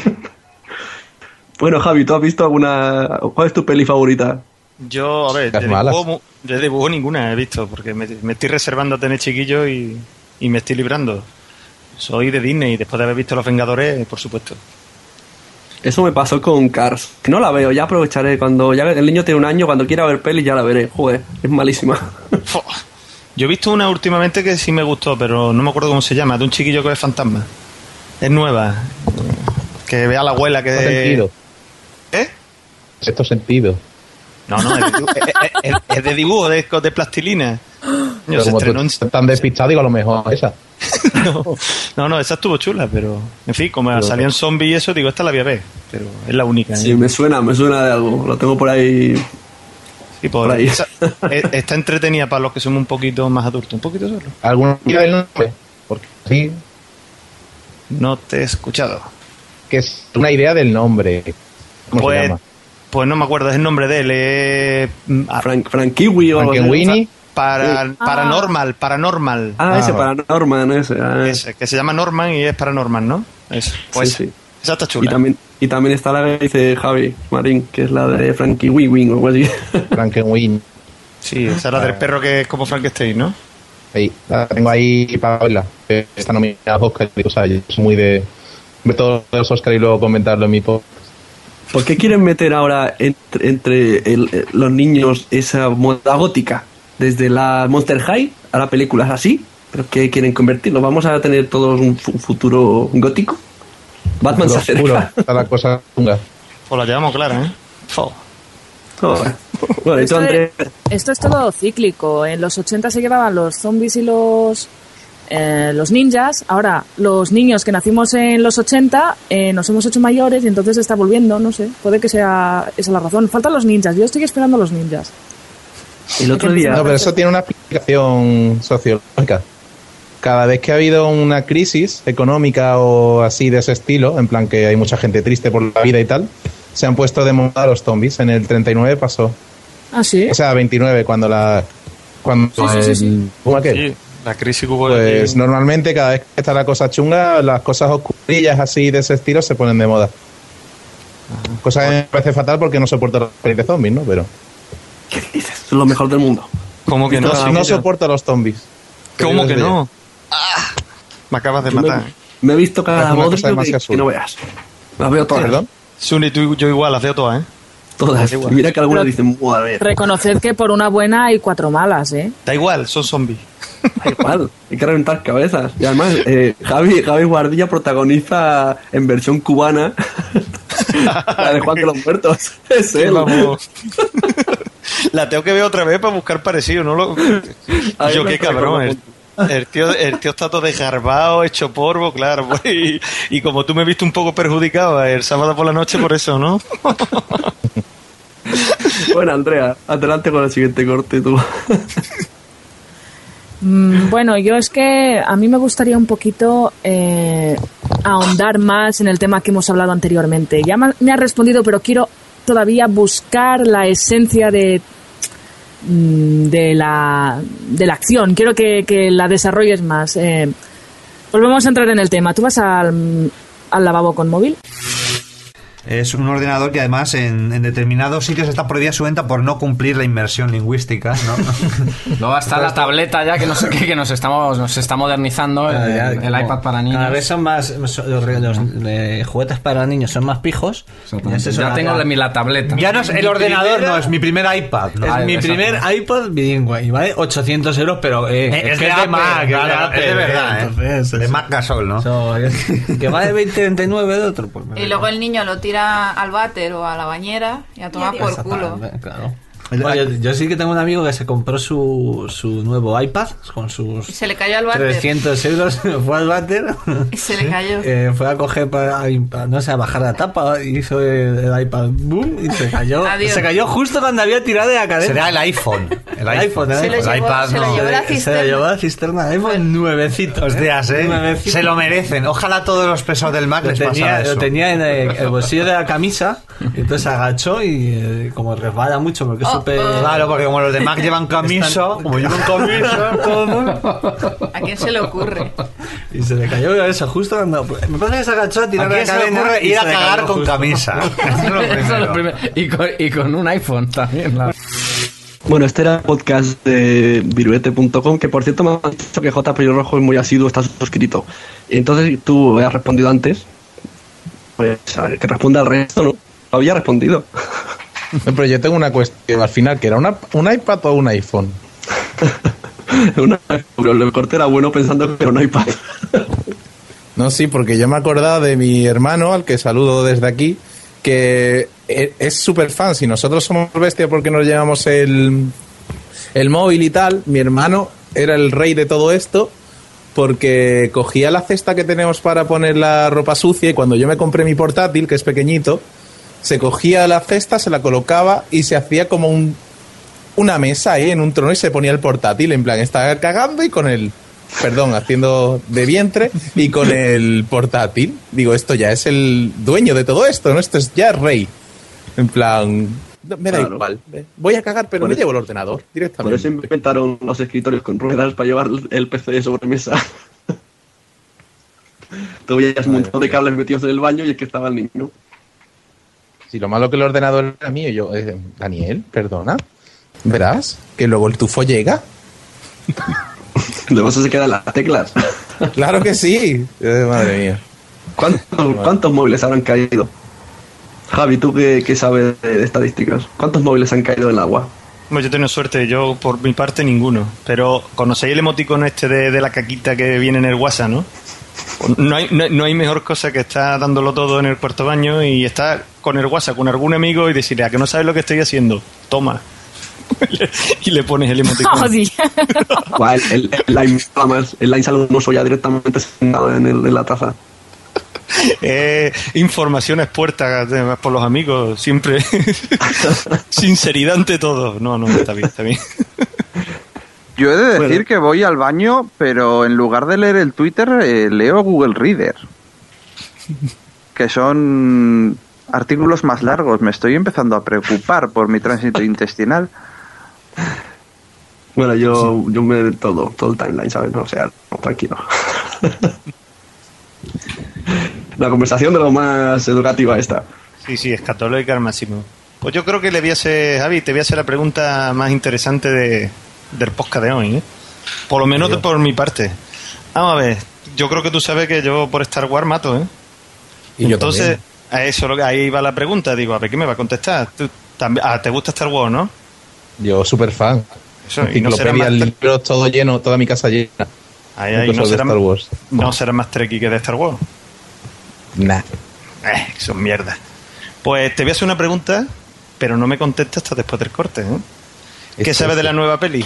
Bueno, Javi, ¿tú has visto alguna... ¿Cuál es tu peli favorita? Yo, a ver, Las de malas. dibujo, mu- de dibujo ninguna he visto, porque me, me estoy reservando a tener chiquillo y, y me estoy librando. Soy de Disney y después de haber visto Los Vengadores, por supuesto. Eso me pasó con Cars. Que no la veo, ya aprovecharé. Cuando ya el niño tiene un año, cuando quiera ver peli ya la veré. Joder, es malísima. Yo he visto una últimamente que sí me gustó, pero no me acuerdo cómo se llama, de un chiquillo que ve fantasma. Es nueva. Que ve a la abuela que... Sexto sentido. ¿Eh? Sexto sentido. No, no, es de dibujo, es, es- es de, dibujo, de, de plastilina. Coño, Pero se como tú estrenó en- estás tan despistado, digo, a lo mejor esa. No, no, esa estuvo chula, pero... En fin, como Pero- salían zombies y eso, digo, esta la voy a ver. Pero es la única. ¿eh? Sí, me suena, me suena de algo. Lo tengo por ahí. Sí, pues, por ahí. esa- e- está entretenida para los que somos un poquito más adultos. Un poquito solo. ¿Alguna idea del nombre? Porque sí, No te he escuchado. que es una idea del nombre. ¿Cómo Pues, se llama? pues no me acuerdo, es el nombre de él. Es... mm, ah, Frank, Frank Kiwi o algo así. Frankenweenie. Para, Sí. Paranormal, Paranormal. Ah, ese Ah, Paranorman, ese. ah. Ese, que se llama Norman y es Paranormal, ¿no? Eso. Pues Sí, sí. esa está Y chula. también, y también está la que dice Javi Marín, que es la de Frankie Wee o algo así. Frankenweenie. Sí, esa es la del perro que es como Frankenstein, ¿no? Ahí, la tengo ahí para verla. que Está nominada a Oscar y cosas. Yo soy muy de ver todos los Oscar y luego comentarlo en mi podcast. ¿Por qué quieren meter ahora entre, entre el, los niños esa moda gótica? Desde la Monster High a la película es así, pero ¿qué quieren convertirlo? ¿Vamos a tener todos un fu- futuro gótico? Batman se acerca. Está la cosa chunga. Pues la llevamos clara, ¿eh? Oh. Oh. Bueno, esto, entonces, es, esto es todo cíclico. En los ochenta se llevaban los zombies y los eh, los ninjas. Ahora, los niños que nacimos en los ochenta eh, nos hemos hecho mayores y entonces está volviendo, no sé. Puede que sea esa la razón. Faltan los ninjas. Yo estoy esperando a los ninjas. El otro día... No, pero eso tiene una explicación sociológica. Cada vez que ha habido una crisis económica o así de ese estilo, en plan que hay mucha gente triste por la vida y tal, se han puesto de moda los zombies. En el treinta y nueve pasó. ¿Ah, sí? O sea, veintinueve, cuando la... Cuando Sí, sí, sí, el- sí. ¿cómo aquel? Sí, la crisis que hubo Pues aquí. normalmente cada vez que está la cosa chunga, las cosas oscurillas así de ese estilo se ponen de moda. Cosa que me parece fatal porque no soporto los pelis de zombies, ¿no? Pero... es lo mejor del mundo. ¿Cómo que no? No, Sí, no ya. soporto los zombies. ¿Cómo Te que digo no? Ah, me acabas de Yo me- matar. Me he visto cada Es una cosa modelo que, demasiado que no veas. Las veo todas. ¿Perdón? Suni, tú y yo igual, las veo todas, ¿eh? Todas. Da igual. Mira que algunas Pero- dicen, madre. Reconoced que por una buena hay cuatro malas, ¿eh? Da igual, son zombies. Da igual, hay que reventar cabezas. Y además, eh, Javi, Javi Guardilla protagoniza en versión cubana la de Juan de los Muertos. Es él. Vamos. La tengo que ver otra vez para buscar parecido, ¿no? Lo... Ahí Yo lo qué estoy cabrón. El, recordando. el tío, el tío está todo desgarbado, hecho polvo, claro. Pues, y, y como tú me viste un poco perjudicado el sábado por la noche, por eso, ¿no? Bueno, Andrea, adelante con el siguiente corte tú. Mm, Bueno, yo es que a mí me gustaría un poquito eh, ahondar más en el tema que hemos hablado anteriormente. Ya ma- me ha respondido, pero quiero todavía buscar la esencia de mm, de la, de la acción. Quiero que, que la desarrolles más. Eh, volvemos a entrar en el tema. ¿Tú vas al, al lavabo con móvil? Es un ordenador que además en, en determinados sitios está prohibida su venta por no cumplir la inmersión lingüística, ¿no? Luego está la tableta ya que no sé qué, que nos estamos nos está modernizando el, Ya, el como iPad para niños. Cada vez son más los, los, eh, juguetes para niños son más pijos. Y ese es Ya una- tengo la, mi- la tableta. Ya no es el ordenador, no, es mi primer iPad. ¿no? Es Ah, mi exacto. primer iPod bilingüe y vale ochocientos euros, pero eh, Eh, es, que es de Mac, es de Apple, es de verdad, ¿eh? entonces, De Mac Gasol, ¿no? so, es- que vale veinte treinta y nueve de otro, pues me Y luego el niño lo tira al váter o a la bañera y a tomar por culo. Claro. Bueno, yo, yo sí que tengo un amigo que se compró su, su nuevo iPad con sus Y se le cayó al váter. trescientos euros, fue al váter, Y se le cayó. eh, fue a coger para, para, no sé, a bajar la tapa, hizo el, el iPad boom y se cayó. Adiós. Se cayó justo cuando había tirado de la cadena. Será el iPhone. El El iPhone, el Se lo iPhone. llevó- iPad se lo no. llevó la Se lo cisterna. llevó a la cisterna, el iPhone nuevecito. Hostias, ¿eh? Nuevecito. Se lo merecen. Ojalá todos los pesos del Mac Lo les tenía, pasara eso. lo tenía en el, el bolsillo de la camisa, y entonces se agachó y eh, como resbala mucho porque es Oh, súper... oh. Claro, porque como los de Mac llevan camisa, Están- como llevan camisa, todo el mundo. ¿A quién se le ocurre? Y se le cayó eso justo cuando... Me parece que se agachó a tirar ¿A la quién se le cadena ocurre y ir a se le cagar cayó con justo. camisa? Eso es lo Eso es lo primero. primero. Y con, y con un iPhone también. la- Bueno, este era el podcast de viruete punto com, que por cierto me han dicho que J. Pello Rojo es muy asiduo, está suscrito. Y entonces tú has respondido antes, pues a ver, que responda al resto, ¿no? Había respondido. No, pero yo tengo una cuestión al final, que era una, un iPad o un iPhone. Una- pero el corte era bueno pensando que era un iPad. No, sí, porque yo me acordaba de mi hermano, al que saludo desde aquí, que e- es súper fan. Si nosotros somos bestia porque nos llevamos el, el móvil y tal, mi hermano era el rey de todo esto, porque cogía la cesta que tenemos para poner la ropa sucia y cuando yo me compré mi portátil, que es pequeñito, se cogía la cesta, se la colocaba y se hacía como un, una mesa ahí en un trono y se ponía el portátil, en plan, estaba cagando y con el... Perdón, haciendo de vientre y con el portátil. Digo, esto ya es el dueño de todo esto, ¿no? Esto es ya rey. En plan, no, me da Claro. igual. Voy a cagar, pero Por me eso- llevo el ordenador Por directamente. eso inventaron los escritorios con ruedas para llevar el P C de sobremesa. Tú veías un montón de cables metidos en el baño y es que estaba el niño. Si lo malo que el ordenador era mío, yo, eh, Daniel, perdona. Verás que luego el tufo llega. Luego eso se quedan las teclas. Claro que sí. Eh, madre mía. ¿Cuántos, cuántos móviles habrán caído? Javi, ¿tú qué, qué sabes de estadísticas? ¿Cuántos móviles han caído en el agua? Bueno, yo tengo suerte, yo por mi parte ninguno. Pero conocéis el emoticono este de, de la caquita que viene en el WhatsApp, ¿no? No hay, no, no hay mejor cosa que estar dándolo todo en el cuarto baño y estar con el WhatsApp con algún amigo y decirle, a que no sabes lo que estoy haciendo, toma. Y le pones el emoticono. Oh, sí. el, el, el line, el line sale un oso ya directamente sentado en, el, en la taza. Eh, información expuesta además por los amigos, siempre sinceridad ante todo. No, no, está bien, está bien. Yo he de decir Bueno. que voy al baño, pero en lugar de leer el Twitter, eh, leo Google Reader. Que son artículos más largos. Me estoy empezando a preocupar por mi tránsito intestinal. Bueno, yo, yo me todo, todo el timeline, ¿sabes? No, o sea, no, tranquilo. La conversación de lo más educativa esta. Sí, sí, escatológica al máximo. Pues yo creo que le voy a hacer, Javi, te voy a hacer la pregunta más interesante de, del podcast de hoy, ¿eh? Por lo menos de, por mi parte. Vamos a ver, yo creo que tú sabes que yo por Star Wars mato, ¿eh? Y yo Entonces, también. a eso lo que- ahí va la pregunta. Digo, a ver, ¿qué me va a contestar? ¿Tú también, ah, ¿te gusta Star Wars, no? Yo súper fan. Eso, y no será Enciclopedia, más tre- libros, todo lleno, toda mi casa llena. Ahí, de ahí, cosas no de será, Star Wars. no será más trekkie que de Star Wars. Nah. Eh, son mierda. Pues te voy a hacer una pregunta, pero no me contestes hasta después del corte, ¿eh? ¿Qué Esto sabes es- de la nueva peli?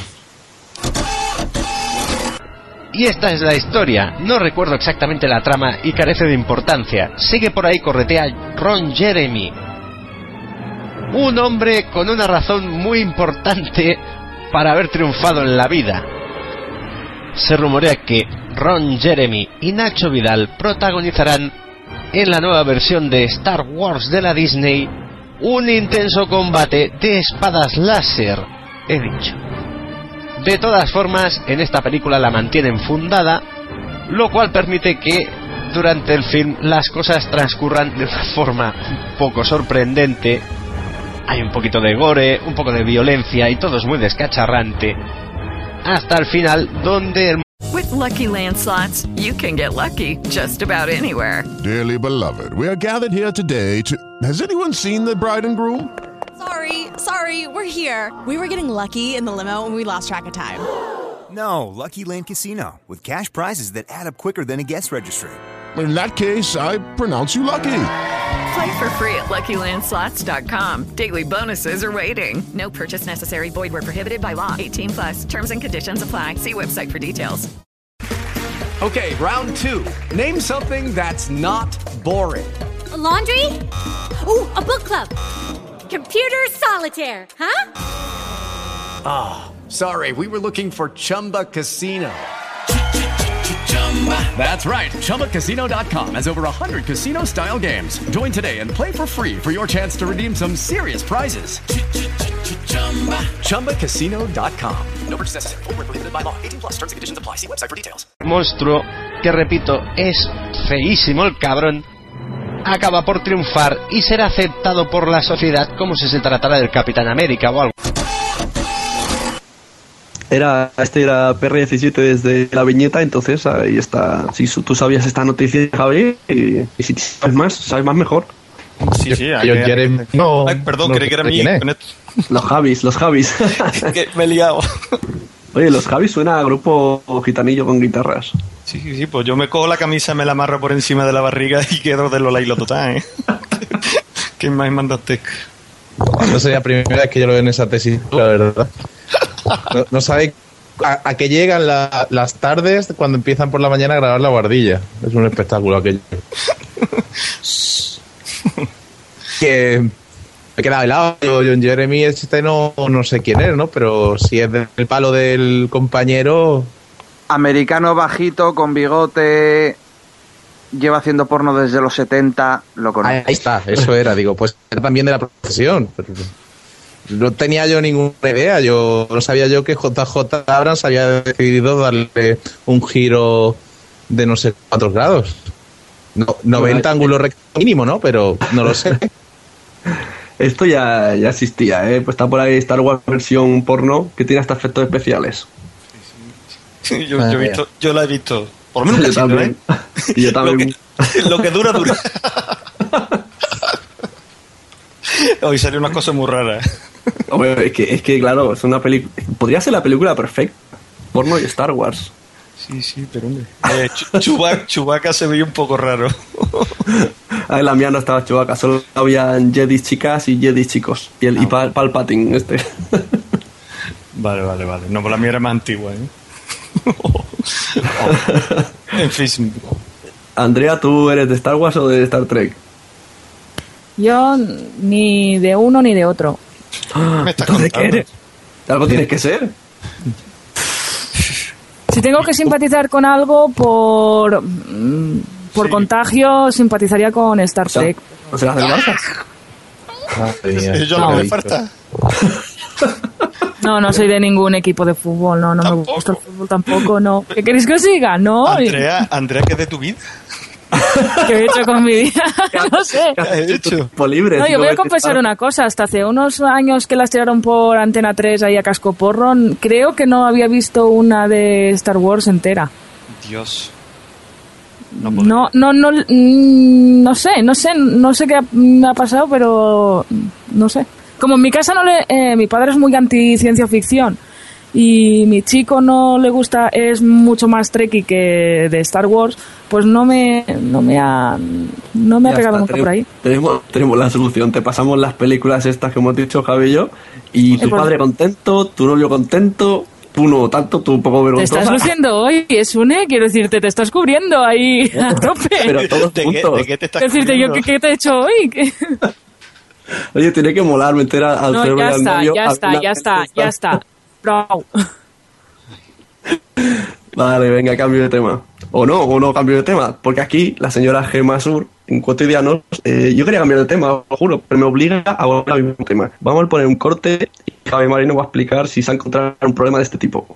Y esta es la historia. No recuerdo exactamente la trama y carece de importancia. Sé que por ahí corretea Ron Jeremy. Un hombre con una razón muy importante para haber triunfado en la vida. Se rumorea que Ron Jeremy y Nacho Vidal protagonizarán en la nueva versión de Star Wars de la Disney un intenso combate de espadas láser. He dicho. De todas formas, en esta película la mantienen fundada, lo cual permite que durante el film las cosas transcurran de una forma un poco sorprendente. Hay un poquito de gore, un poco de violencia y todo es muy descacharrante. Hasta el final, donde el... With Lucky Land Slots, you can get lucky just about anywhere. Dearly beloved, we are gathered here today to... Has anyone seen the bride and groom? Sorry, sorry, we're here. We were getting lucky in the limo and we lost track of time. No, Lucky Land Casino, with cash prizes that add up quicker than a guest registry. In that case, I pronounce you lucky. Play for free at Lucky Land Slots dot com. Daily bonuses are waiting. No purchase necessary. Void where prohibited by law. eighteen plus. Terms and conditions apply. See website for details. Okay, round two. Name something that's not boring. A laundry? Ooh, a book club. Computer solitaire, huh? Ah, sorry, we were looking for Chumba Casino. That's right, Chumba Casino dot com has over one hundred casino-style games. Join today and play for free for your chance to redeem some serious prizes. Chumba Casino dot com. No purchase necessary. Void where prohibited by law. eighteen plus. Terms and conditions apply. See website for details. monstruo, que repito, es feísimo el cabrón, acaba por triunfar y ser aceptado por la sociedad como si se tratara del Capitán América o algo. Era, este era P R diecisiete desde la viñeta, entonces ahí está. Si tú sabías esta noticia, Javi, y, y si sabes más, sabes más mejor. Sí, sí. Yo, yo Jeremy, no, Ay, perdón, no creí que era sé mí. quién es. con esto. Los Javis, los Javis. Que me he liado. Oye, los Javis suena a grupo gitanillo con guitarras. Sí, sí, pues yo me cojo la camisa, me la amarro por encima de la barriga y quedo de Lola y lo total, ¿eh? ¿Qué más mandaste? No sería la primera vez que yo lo veo en esa tesis, la verdad. No, no sabe a, a qué llegan la- las tardes cuando empiezan por la mañana a grabar la guardilla. Es un espectáculo aquello. Que me he quedado helado. Yo, John Jeremy, este no, no sé quién es, ¿no? Pero si es del palo del compañero. Americano bajito, con bigote, lleva haciendo porno desde los setenta, lo conozco. Ahí está, eso era, digo, pues era también de la profesión. Pero no tenía yo ninguna idea, yo no sabía yo que J J Abrams había decidido darle un giro de no sé cuántos grados. No, noventa ángulos recto mínimo, ¿no? Pero no lo sé. Esto ya, ya existía, ¿eh? Pues está por ahí Star Wars versión porno que tiene hasta efectos especiales. yo, yo, he visto, yo la he visto. Por lo menos Yo un cachito, también. ¿eh? Y yo también. Lo que, lo que dura, dura. Hoy salió una cosa muy rara. Hombre, es que, es que claro, es una película. Podría ser la película perfecta. Porno y Star Wars. Sí, sí, pero hombre. Eh, Chewbacca, Chewbacca se veía un poco raro. A ver, la mía no estaba Chewbacca, solo habían Jedi chicas y Jedi chicos. Y, el, y Pal, Palpatine, este. Vale, vale, vale. No, pues la mía era más antigua, ¿eh? Oh. En fin. Andrea, ¿tú eres de Star Wars o de Star Trek? Yo ni de uno ni de otro. ¿Me estás ¿Entonces qué eres? Algo tienes que ser. Si tengo que simpatizar con algo por por sí. contagio, simpatizaría con Star Trek. ¿No serás del Barça? ¿Es yo lo que me falta? No, no soy de ningún equipo de fútbol, no, no ¿Tampoco? me gusta el fútbol tampoco, no. ¿Qué queréis que os diga? No. Andrea, Andrea, ¿qué es de tu vida? ¿Qué he hecho con mi vida? No sé. ¿Qué has hecho? Libre, no, yo voy a confesar una cosa. Hasta hace unos años que las tiraron por Antena tres ahí a cascoporro, creo que no había visto una de Star Wars entera. Dios. No, no, no, no, no sé, no sé, no sé qué me ha pasado, pero no sé. Como en mi casa no le, eh, mi padre es muy anti ciencia ficción y mi chico no le gusta, es mucho más trekkie que de Star Wars, pues no me no me ha no me ha pegado nunca por ahí. Tenemos, tenemos la solución, te pasamos las películas estas que hemos dicho Javi y yo, y tu padre contento, tu novio contento, tú no tanto, tú un poco vergonzosa. Te estás luciendo hoy, es un eh, quiero decirte, te estás cubriendo ahí a tope. Pero todos ¿De juntos. Qué, ¿De qué te estás decirte cubriendo? yo, ¿qué, ¿qué te he hecho hoy? ¿Qué? Oye, tiene que molar meter al no, cerebro ya y al está, novio. ya está, ya está, ya está. Bravo. Vale, venga, cambio de tema. O no, o no cambio de tema. Porque aquí la señora Gemma Sur, en Cotidianos, eh, yo quería cambiar de tema, os lo juro, pero me obliga a volver al mismo tema. Vamos a poner un corte y Javi Marino va a explicar si se ha encontrado un problema de este tipo.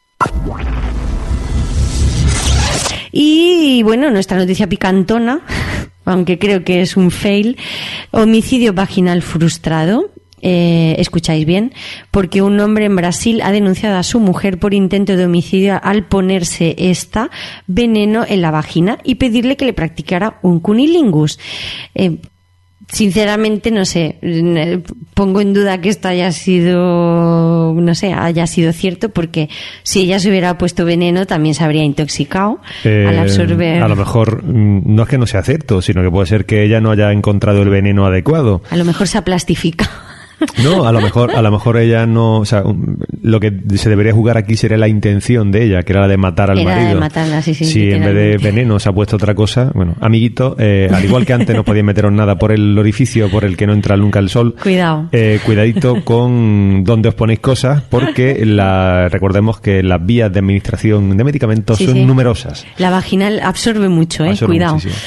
Y bueno, nuestra noticia picantona, aunque creo que es un fail, homicidio vaginal frustrado. Eh, escucháis bien, porque un hombre en Brasil ha denunciado a su mujer por intento de homicidio al ponerse esta veneno en la vagina y pedirle que le practicara un cunilingus. Eh, sinceramente no sé, pongo en duda que esto haya sido, no sé, haya sido cierto, porque si ella se hubiera puesto veneno también se habría intoxicado eh, al absorber. A lo mejor no es que no sea cierto, sino que puede ser que ella no haya encontrado el veneno adecuado. A lo mejor se ha plastificado. No, a lo mejor, a lo mejor ella no, o sea, lo que se debería jugar aquí sería la intención de ella, que era la de matar al era marido. De matarla, sí, sí, si en vez de veneno se ha puesto otra cosa, bueno, amiguito, eh, al igual que antes no podían meteros nada por el orificio por el que no entra nunca el sol. Cuidado. Eh, cuidadito con dónde os ponéis cosas, porque la, recordemos que las vías de administración de medicamentos sí, son sí. numerosas. La vaginal absorbe mucho, eh, absorbe cuidado. Muchísimo.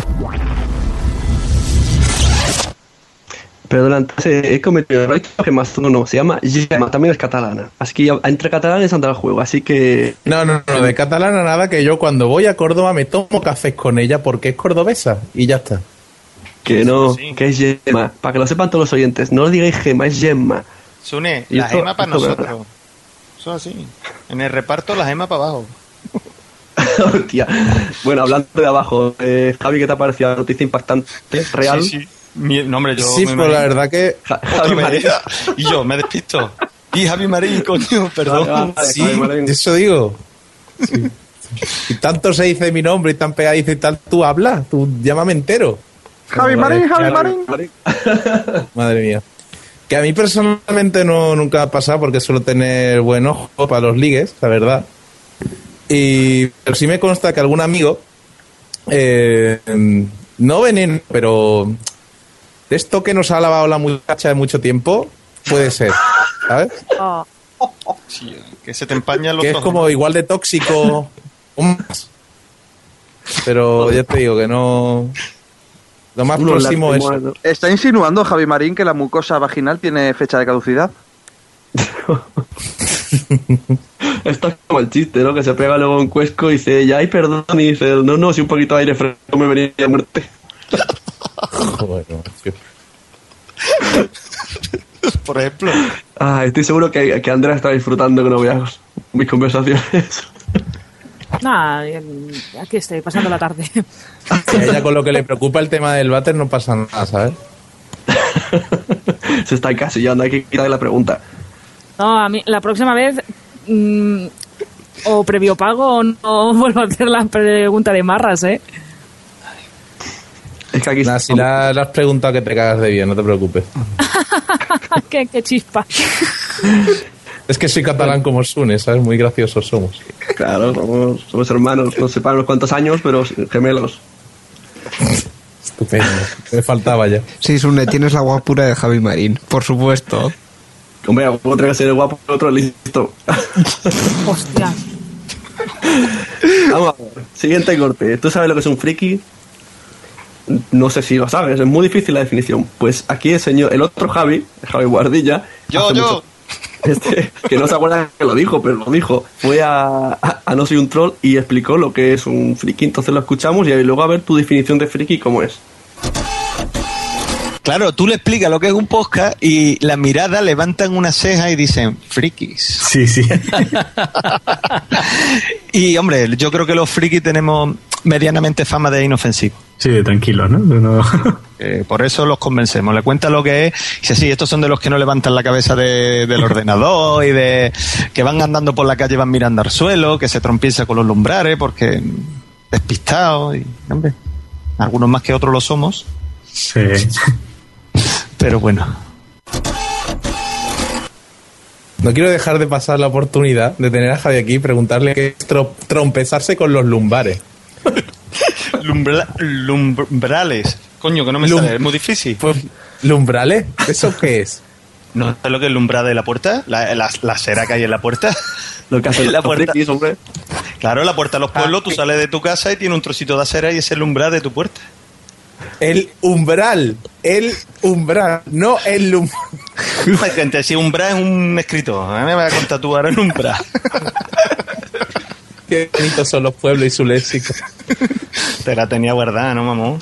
Pero durante he cometido que más uno no, se llama Gemma, también es catalana. Así que ya, entre catalanes anda el juego, así que... No, no, no, de catalana nada, que yo cuando voy a Córdoba me tomo cafés con ella porque es cordobesa y ya está. Que no, sí. Que es Gemma, para que lo sepan todos los oyentes, no os digáis Gemma, es Gemma. Sune, la esto, Gemma para nosotros. Eso así. En el reparto la Gemma para abajo. Hostia. Bueno, hablando de abajo, eh, Javi, ¿qué te ha parecido la noticia impactante? ¿Real? Sí, sí. Mi, no, hombre, yo sí, pero pues la verdad que... Javi Marín. Y yo, me despisto. Y Javi Marín, coño, perdón. Vale, vale, sí, eso digo. Sí. Y tanto se dice mi nombre y tan pegadizo y tal, tú hablas, tú llámame entero. Javi Marín, Javi Marín. Madre mía. Que a mí personalmente no nunca ha pasado porque suelo tener buen ojo para los ligues, la verdad. Y, pero sí me consta que algún amigo, eh, no veneno, pero... de esto que nos ha lavado la muchacha de mucho tiempo, puede ser, ¿sabes? Oh. Sí, que se te empañan los que ojos. Es como igual de tóxico o más. Pero ya te digo que no... Lo más Uno próximo es... ¿Está insinuando Javi Marín que la mucosa vaginal tiene fecha de caducidad? Esto es como el chiste, ¿no? Que se pega luego un cuesco y dice, ya, ay, perdón, y dice, no, no, si un poquito de aire fresco me venía a muerte. Bueno, por ejemplo. Ah, estoy seguro que, que Andrea está disfrutando que no veamos mis conversaciones. Nada, aquí estoy, pasando la tarde. A ella con lo que le preocupa el tema del váter no pasa nada, ¿sabes? Se está encasillando, hay que quitarle la pregunta. No, a mí la próxima vez mmm, o previo pago o no vuelvo a hacer la pregunta de marras, ¿eh? Es que aquí Nah, si la, la has preguntado que te cagas de bien, no te preocupes. qué, qué chispa. Es que soy catalán como Sune, ¿sabes? Muy graciosos somos. Claro, somos, somos hermanos, no sé para unos cuantos años, pero gemelos. Estupendo, me faltaba ya. Sí, Sune, tienes la guapura de Javi Marín, por supuesto. Hombre, otro que ser el guapo, otro listo. Hostia. Vamos a ver, siguiente corte. ¿Tú sabes lo que es un friki? No sé si lo sabes, es muy difícil la definición. Pues aquí el señor, el otro Javi, Javi Guardilla. Yo, yo. Mucho, este, que no se acuerda que lo dijo, pero lo dijo. Fue a, a, a No Soy un Troll y explicó lo que es un friki. Entonces lo escuchamos y luego a ver tu definición de friki cómo es. Claro, tú le explicas lo que es un podcast y la mirada levantan una ceja y dicen frikis. Sí, sí. Y hombre, yo creo que los frikis tenemos medianamente fama de inofensivos. Sí, tranquilo, ¿no? no... Eh, por eso los convencemos. Le cuenta lo que es. Y dice, sí, estos son de los que no levantan la cabeza de, del ordenador y de que van andando por la calle y van mirando al suelo, que se trompieza con los lumbrares porque despistados. Y, hombre, algunos más que otros lo somos. Sí. Pero bueno. No quiero dejar de pasar la oportunidad de tener a Javi aquí y preguntarle qué es tro- trompezarse con los lumbares. Lumbra- lumbrales. Coño, que no me Lum- sale, es muy difícil. Pues, ¿lumbrales? ¿Eso qué es? ¿No sabes lo que es el umbral de la puerta? La, la, la cera que hay en la puerta. Lo que hace la los puerta. frikis, hombre. Claro, la puerta de los pueblos, Ah, tú sales de tu casa y tiene un trocito de acera y es el umbral de tu puerta. El umbral. El umbral. No el umbral. Hay gente, si umbral es un escritor, a mí me va a contar tú ahora en umbral. Qué bonitos son los pueblos y su léxico. Te la tenía guardada, ¿no, mamón?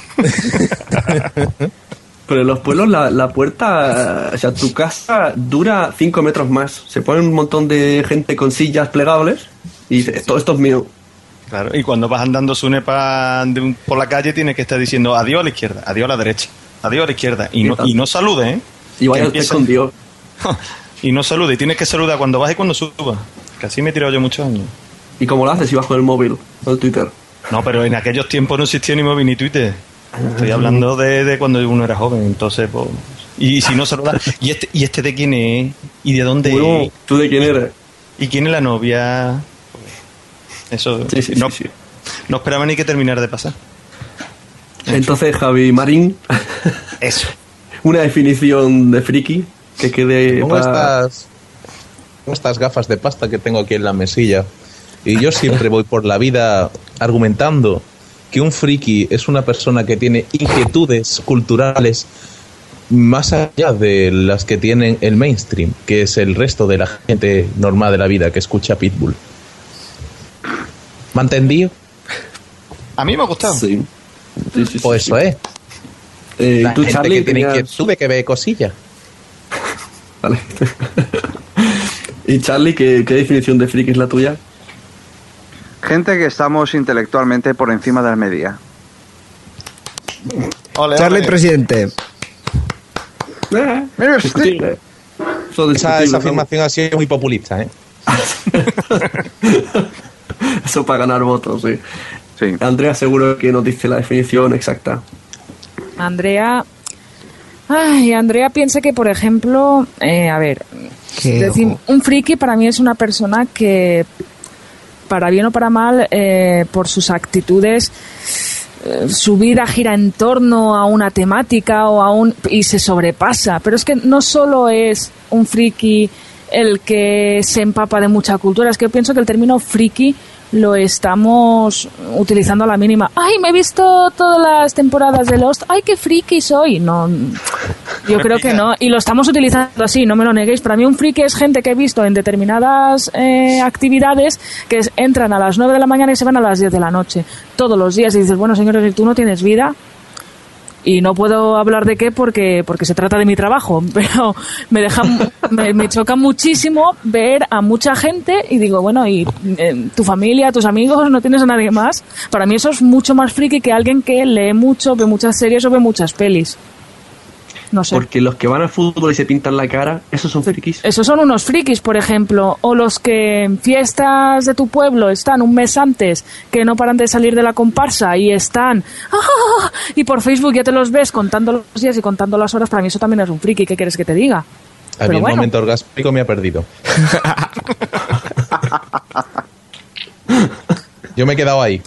Pero en los pueblos la, la puerta, o sea, tu casa dura cinco metros más. Se pone un montón de gente con sillas plegables y dice, todo esto es mío. Claro, y cuando vas andando Sune pa, de un, por la calle tienes que estar diciendo adiós a la izquierda, adiós a la derecha, adiós a la izquierda. Y no, y no salude, ¿eh? Y vaya Que usted empieza- con Dios. Y no salude, y tienes que saludar cuando vas y cuando subas. Que así me he tirado yo muchos años. ¿Y cómo lo haces si vas con el móvil o el Twitter? No, pero en aquellos tiempos no existía ni móvil ni Twitter. Estoy hablando de, de cuando uno era joven, entonces, pues... Y si no saluda... ¿Y este, ¿Y este de quién es? ¿Y de dónde Bueno, es? ¿tú de quién eres? ¿Y quién es la novia? Eso... Sí, sí, no, sí, sí. no esperaba ni que terminara de pasar. Entonces, Javi Marín... Eso. Una definición de friki que quede Como para... estas, como estas gafas de pasta que tengo aquí en la mesilla. Y yo siempre voy por la vida argumentando que un friki es una persona que tiene inquietudes culturales más allá de las que tienen el mainstream, que es el resto de la gente normal de la vida que escucha Pitbull. ¿Me ha entendido? A mí me ha gustado. Sí. Sí, sí, Pues sí, eso sí. es. Eh, La tú, gente Charlie, que tiene tenías- inquietudes, que ve cosillas. Vale. ¿Y Charlie, ¿qué, qué definición de friki es la tuya? Gente que estamos intelectualmente por encima de la media. Ole, Charlie, ole. presidente. Eh, discutible. Eso Esa, discutible, esa ¿no? afirmación ha sido muy populista, ¿eh? Eso para ganar votos, sí. Sí. Andrea seguro que nos dice la definición exacta. Andrea. Ay, Andrea piensa que, por ejemplo, eh, a ver, Qué es decir, ojo. un friki para mí es una persona que, para bien o para mal, eh, por sus actitudes, eh, su vida gira en torno a una temática o a un y se sobrepasa. Pero es que no solo es un friki el que se empapa de mucha cultura, es que yo pienso que el término friki lo estamos utilizando a la mínima. Ay, me he visto todas las temporadas de Lost. Ay, qué friki soy. No, yo creo que no. Y lo estamos utilizando así, no me lo neguéis. Para mí un friki es gente que he visto en determinadas eh, actividades que es- entran a las nueve de la mañana y se van a las diez de la noche. Todos los días. Y dices, bueno, señores, ¿y tú no tienes vida? Y no puedo hablar de qué porque porque se trata de mi trabajo, pero me deja me, me choca muchísimo ver a mucha gente y digo, bueno, y eh, tu familia, tus amigos, no tienes a nadie más. Para mí eso es mucho más friki que alguien que lee mucho, ve muchas series o ve muchas pelis. No sé. Porque los que van al fútbol y se pintan la cara, esos son frikis. Esos son unos frikis, por ejemplo. O los que en fiestas de tu pueblo están un mes antes, que no paran de salir de la comparsa y están... ¡ah! Y por Facebook ya te los ves contando los días y contando las horas. Para mí eso también es un friki. ¿Qué quieres que te diga? A mí el bueno. momento orgásmico me ha perdido. Yo me he quedado ahí.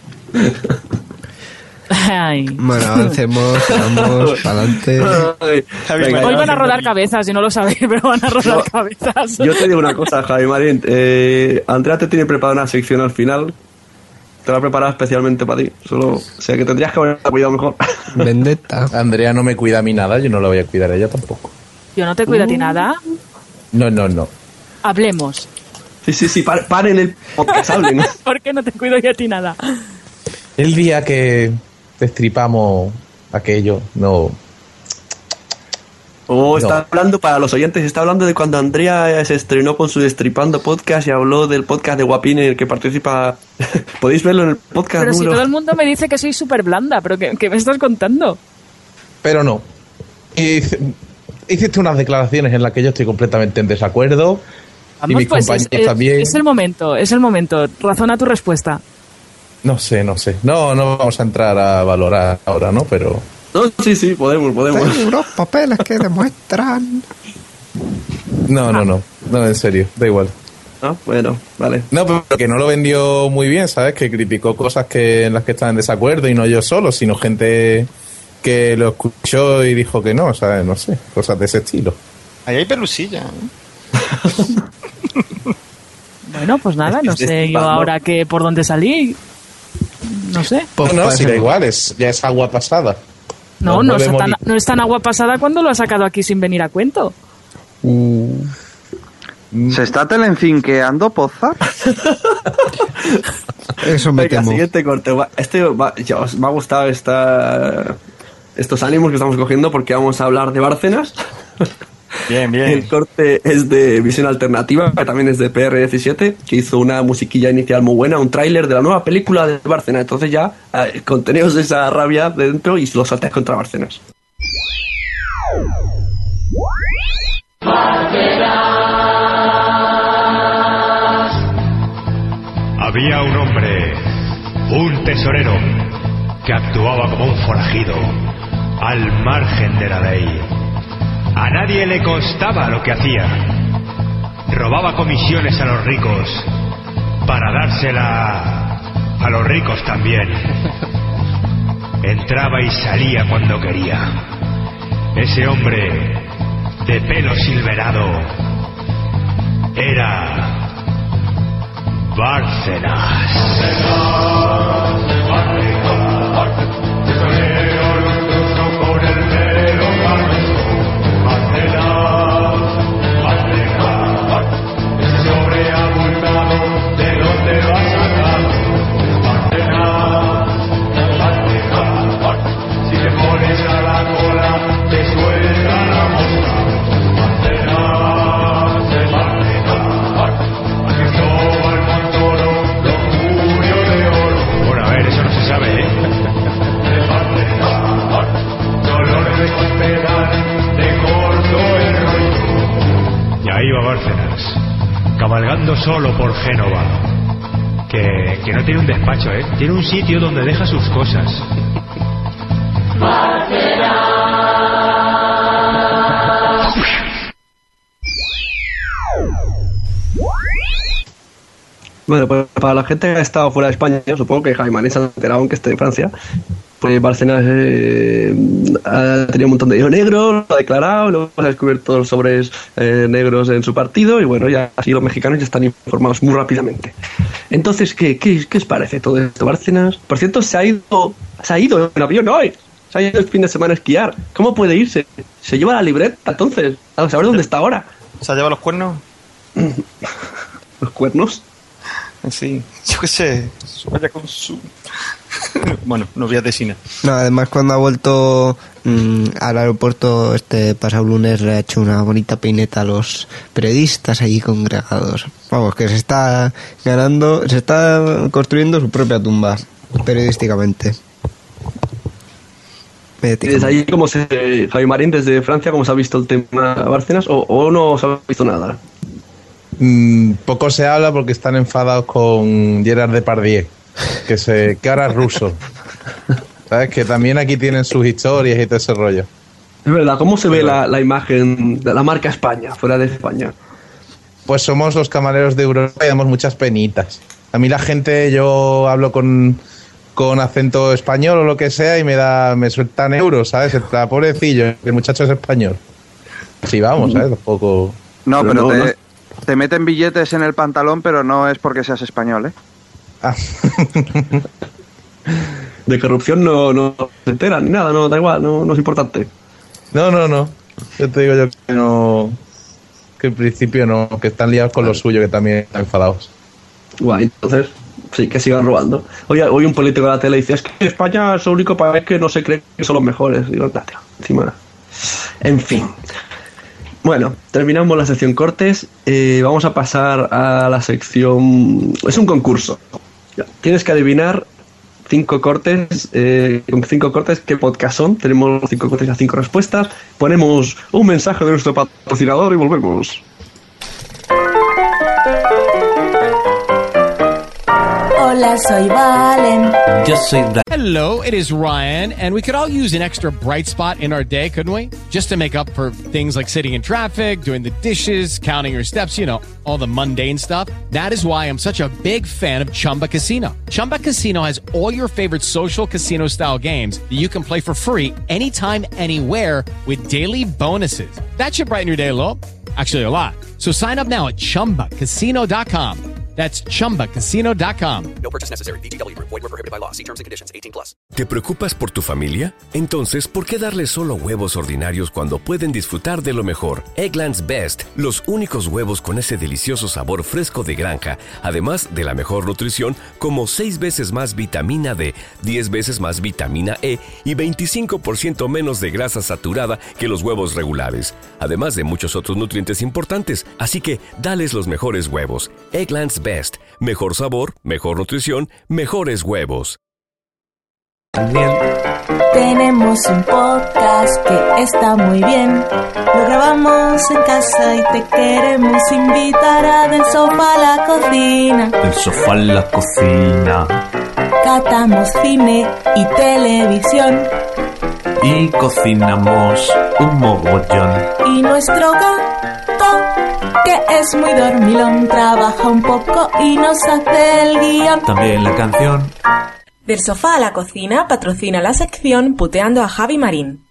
Ay. Bueno, avancemos, vamos, adelante. Hoy van a rodar cabezas, y no lo sabéis, pero van a rodar no, cabezas. Yo te digo una cosa, Javi Marín. Eh, Andrea te tiene preparada una sección al final. Te la ha preparado especialmente para ti. Solo, o sea, que tendrías que haber cuidado mejor. Vendetta. Andrea no me cuida a mí nada, yo no la voy a cuidar a ella tampoco. ¿Yo no te cuido uh. a ti nada? No, no, no. Hablemos. Sí, sí, sí, paren par el podcast, hablen. ¿Por qué no te cuido yo a ti nada? El día que destripamos aquello, no... Oh, está no. hablando, para los oyentes, está hablando de cuando Andrea se estrenó con su Destripando podcast y habló del podcast de Guapín en el que participa. Podéis verlo en el podcast. Pero número... si todo el mundo me dice que soy súper blanda, ¿pero qué, qué me estás contando? Pero no. Hice, hiciste unas declaraciones en las que yo estoy completamente en desacuerdo. Vamos, y mis pues compañeros es, también. Es el momento, es el momento. Razona tu respuesta. No sé, no sé. No, no vamos a entrar a valorar ahora, ¿no? Pero... No, sí, sí, podemos, podemos. Tengo unos papeles que demuestran... No, no, no. No, en serio, da igual. Ah, bueno, vale. No, pero que no lo vendió muy bien, ¿sabes? Que criticó cosas que en las que estaba en desacuerdo y no yo solo, sino gente que lo escuchó y dijo que no, ¿sabes? No sé, cosas de ese estilo. Ahí hay pelusilla, ¿eh? Bueno, pues nada, no sé yo ahora que por dónde salí. No sé. No, no, si da igual, es, ya es agua pasada. No, no, no, es tan, no es tan agua pasada cuando lo ha sacado aquí sin venir a cuento. Uh. ¿Se está telencinqueando, Poza? Eso me Venga, temo. Siguiente corte. Este va, ya os me ha gustado esta, estos ánimos que estamos cogiendo porque vamos a hablar de Bárcenas. Bien, bien. El corte es de Visión Alternativa, que también es de P R diecisiete, que hizo una musiquilla inicial muy buena, un tráiler de la nueva película de Bárcenas. Entonces ya eh, conteneos esa rabia dentro y los saltáis contra Bárcenas. Había un hombre, un tesorero, que actuaba como un forajido, al margen de la ley. A nadie le constaba lo que hacía. Robaba comisiones a los ricos para dársela a los ricos también. Entraba y salía cuando quería. Ese hombre de pelo silverado era Bárcenas. Cabalgando solo por Génova, que, que no tiene un despacho, ¿eh? Tiene un sitio donde deja sus cosas. Bueno, pues para la gente que ha estado fuera de España, yo supongo que Jaime Marín se ha enterado aunque esté en Francia. Pues Bárcenas eh, ha tenido un montón de dinero negro, lo ha declarado, luego ha descubierto los sobres eh, negros en su partido y bueno, ya así los mexicanos ya están informados muy rápidamente. Entonces, ¿qué, qué, qué os parece todo esto? Bárcenas, por cierto, se ha ido, se ha ido en avión hoy, se ha ido el fin de semana a esquiar. ¿Cómo puede irse? Se lleva la libreta, entonces, a saber dónde está ahora. ¿Se ha llevado los cuernos? ¿Los cuernos? Sí, yo qué sé, vaya con su... Bueno, novias de Sina. No, además cuando ha vuelto mmm, al aeropuerto este pasado lunes le ha hecho una bonita peineta a los periodistas allí congregados. Vamos, que se está ganando, se está construyendo su propia tumba periodísticamente. Desde ahí, ¿cómo se, Javi Marín, desde Francia, cómo se ha visto el tema Bárcenas? ¿O, o no se ha visto nada? Mm, poco se habla porque están enfadados con Gerard Depardieu, que, se, que ahora es ruso. ¿Sabes? Que también aquí tienen sus historias y todo ese rollo. Es verdad, ¿cómo se ve la, la imagen de la marca España, fuera de España? Pues somos los camareros de Europa y damos muchas penitas. A mí la gente, yo hablo con... con acento español o lo que sea y me da me sueltan euros, ¿sabes? Está pobrecillo, el muchacho es español. Sí, vamos, ¿sabes? Un poco... No, pero, pero te, no, no. te meten billetes en el pantalón, pero no es porque seas español, ¿eh? Ah. De corrupción no, no se enteran ni nada, no, da igual, no, no es importante. No, no, no. Yo te digo yo que no... Que en principio no, que están liados con lo suyo, que también están enfadados. Guay, entonces... Sí, que sigan robando. Hoy, hoy un político de la tele dice, es que España es el único país que no se cree que son los mejores. Digo, nah, tío, encima. En fin. Bueno, terminamos la sección cortes. Eh, vamos a pasar a la sección... Es un concurso. Tienes que adivinar cinco cortes, eh, con cinco cortes, qué podcast son. Tenemos cinco cortes y cinco respuestas. Ponemos un mensaje de nuestro patrocinador y volvemos. Hola, soy Valen. Yo soy Ra- Hello, it is Ryan, and we could all use an extra bright spot in our day, couldn't we? Just to make up for things like sitting in traffic, doing the dishes, counting your steps, you know, all the mundane stuff. That is why I'm such a big fan of Chumba Casino. Chumba Casino has all your favorite social casino-style games that you can play for free anytime, anywhere with daily bonuses. That should brighten your day a little. Actually, a lot. So sign up now at chumba casino dot com. That's chumba casino dot com. No purchase necessary. V G W Group. Void where prohibited by law. See terms and conditions. eighteen plus. ¿Te preocupas por tu familia? Entonces, ¿por qué darles solo huevos ordinarios cuando pueden disfrutar de lo mejor? Eggland's Best, los únicos huevos con ese delicioso sabor fresco de granja, además de la mejor nutrición, como seis veces más vitamina D, diez veces más vitamina E y veinticinco por ciento menos de grasa saturada que los huevos regulares, además de muchos otros nutrientes importantes. Así que, dales los mejores huevos. Eggland's Best. Mejor sabor, mejor nutrición, mejores huevos. También tenemos un podcast que está muy bien. Lo grabamos en casa y te queremos invitar a Del Sofá a la Cocina. Del sofá a la cocina. Catamos cine y televisión. Y cocinamos un mogollón. Y nuestro gato, que es muy dormilón, trabaja un poco y nos hace el guión. También la canción. Del Sofá a la Cocina patrocina la sección Puteando a Javi Marín.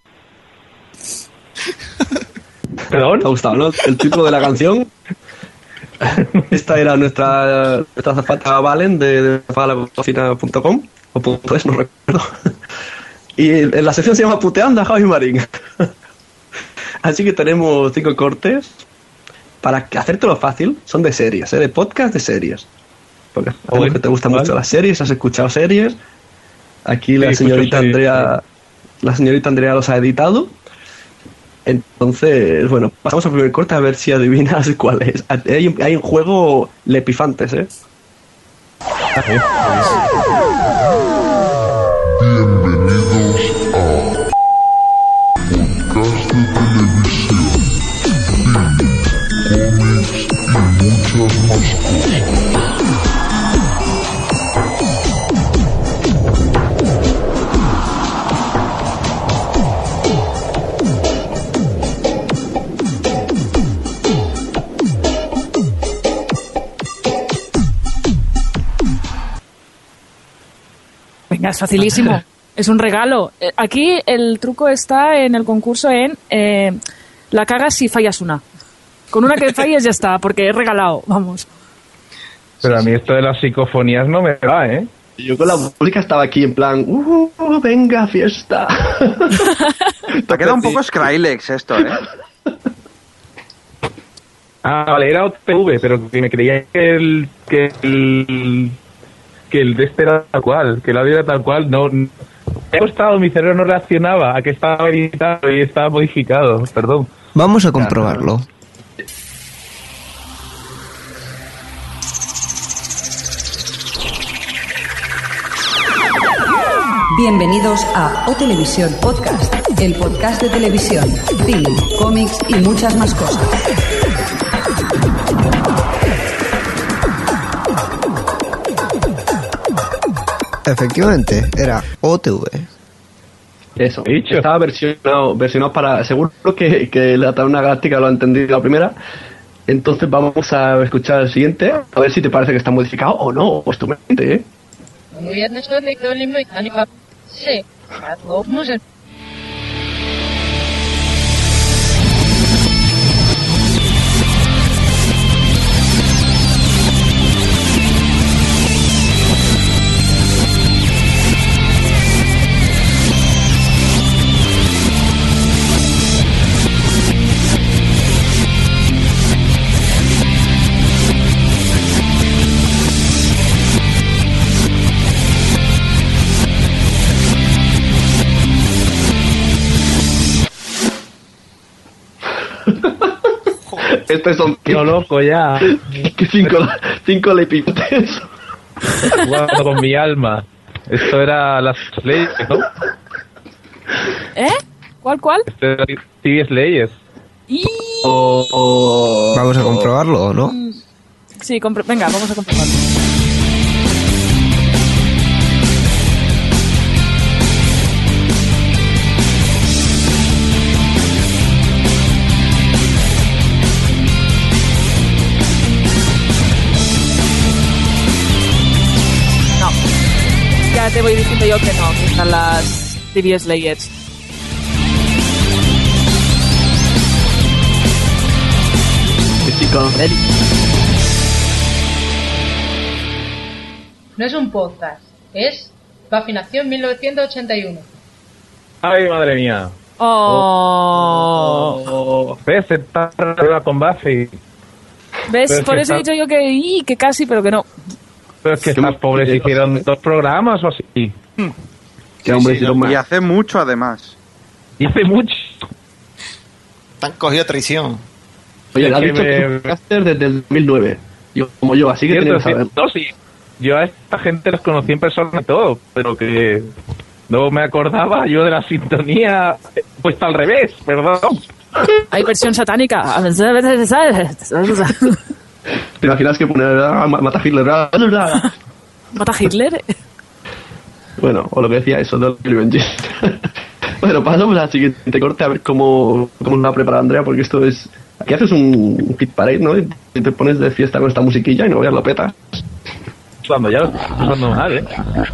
Perdón, ¿te ha gustado, no? El título de la canción. Esta era nuestra nuestra azafata Valen de, de sofá a la cocina punto com o punto es, no recuerdo. Y en la sección se llama Puteando a Javi Marín. Así que tenemos cinco cortes. Para hacértelo fácil, son de series, ¿eh? De podcast de series. Porque a ver, que te gustan mucho las series, has escuchado series. Aquí la sí, señorita sí, Andrea, sí. la señorita Andrea los ha editado. Entonces, bueno, pasamos al primer corte a ver si adivinas cuál es. Hay un, hay un juego Lepifantes, ¿eh? Venga, es facilísimo. Es un regalo. Eh, Aquí el truco está en el concurso en eh, la cagas si fallas una. Con una que falles ya está, porque es regalado. Vamos. Pero a mí esto de las psicofonías no me va, ¿eh? Yo con la música estaba aquí en plan, uh, venga, fiesta. Te queda un poco Skrillex esto, ¿eh? Ah, vale, era O T V, pero que me creía que el que el que el de este era tal cual, que el audio era tal cual, no, no he costado, mi cerebro no reaccionaba a que estaba editado y estaba modificado, perdón. Vamos a comprobarlo. Bienvenidos a O Televisión Podcast, el podcast de televisión, cine, cómics y muchas más cosas. Efectivamente, era O T V. Eso, estaba versionado, versionado para... Seguro que, que la Taberna Galáctica lo ha entendido la primera. Entonces vamos a escuchar el siguiente, a ver si te parece que está modificado o no, pues tu mente, ¿eh? Sí, vamos a... Estos son tío loco ya. cinco, cinco lepipotes. Jugando con mi alma. Esto era las leyes, ¿no? ¿Eh? ¿Cuál, cuál? Esto era T V Slayers. Y... Oh, oh, Vamos a comprobarlo, ¿no? Sí, compro... venga, vamos a comprobarlo. Ya te voy diciendo yo que no, que están las T V Slayers. No es un podcast, es Buffy Nación mil novecientos ochenta y uno. Ay, madre mía. Oh. oh. ¿Ves? Está relacionada con Buffy. ¿Ves? Pero Por es eso que he dicho yo que, y, que casi, pero que no. Pero es que estas pobres hicieron dos programas o así. Sí, sí, no, y hace mucho además. Hice mucho. Te han cogido traición. Oye, le ha que dicho me... que es un caster desde el dos mil nueve. Yo, como yo, así que Cierto, tienen que saber. No, sí. Yo a esta gente los conocí en persona y todo, pero que no me acordaba yo de la sintonía puesta al revés, perdón. Hay versión satánica. ¿Te imaginas que poner a Mata Hitler? ¿Mata Hitler? Bueno, o lo que decía eso de Revenge. Bueno, pasamos al siguiente corte a ver cómo, cómo lo ha preparado Andrea, porque esto es... Aquí haces un hit parade, ¿no? Y te pones de fiesta con esta musiquilla y no veas lo petas. Cuando ya lo estoy pasando mal, ¿eh?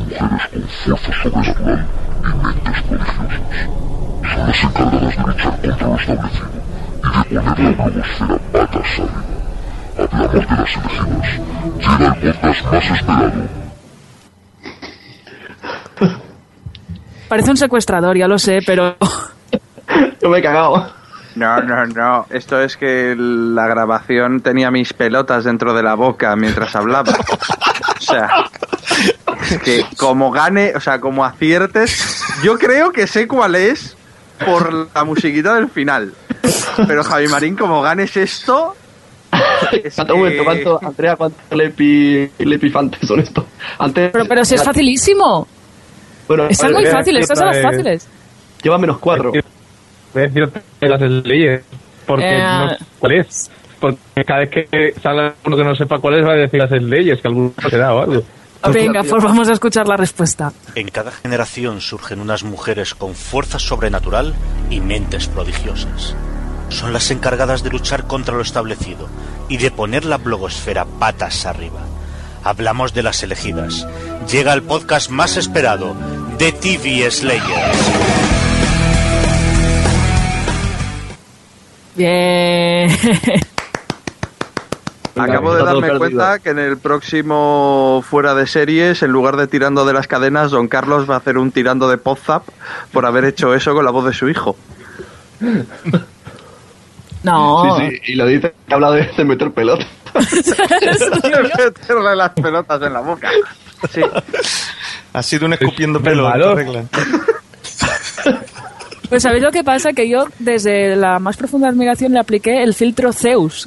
Parece un secuestrador, ya lo sé, pero... Yo me he cagado. No, no, no. Esto es que la grabación tenía mis pelotas dentro de la boca mientras hablaba. O sea, es que como gane, o sea, como aciertes, yo creo que sé cuál es por la musiquita del final. Pero Javi Marín, como ganes esto... Es que... un momento, ¿cuánto, Andrea, cuántos lepi, lepifantes son estos? Antes, pero, pero si es facilísimo. Bueno, Están muy fáciles, estas son las fáciles. Lleva menos cuatro. Voy a decir las leyes. Porque eh... no, ¿cuál es? Porque cada vez que salga uno que no sepa cuál es, va a decir las leyes, que alguno será o algo. Venga, pues vamos a escuchar la respuesta. En cada generación surgen unas mujeres con fuerza sobrenatural y mentes prodigiosas. Son las encargadas de luchar contra lo establecido y de poner la blogosfera patas arriba. Hablamos de las elegidas. Llega el podcast más esperado de T V Slayers. Bien. Acabo de darme cuenta que en el próximo Fuera de Series, en lugar de tirando de las cadenas, Don Carlos va a hacer un tirando de Podzap por haber hecho eso con la voz de su hijo. No. Sí, sí, y lo dice que habla de, de meter pelotas. Meterle las pelotas en la boca. Sí. Ha sido un escupiendo pelo. Pues ¿sabéis lo que pasa? Que yo desde la más profunda admiración le apliqué el filtro Zeus.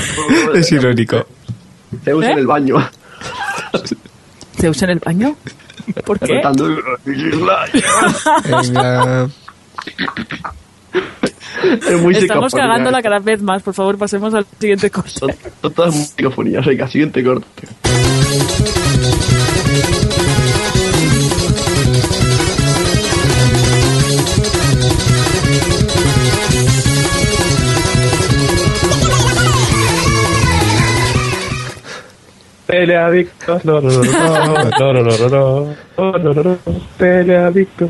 Es irónico. Zeus ¿Eh? en el baño. ¿Zeus en el baño? ¿Por qué? Venga. Es muy Estamos psicofonía. cagándola cada vez más. Por favor, pasemos al siguiente corte. Son, son todas muy psicofonías. Venga, siguiente corte. Teleadictos, lo, lo, lo, lo, lo, lo, lo, lo, lo, lo, lo, lo, teleadictos.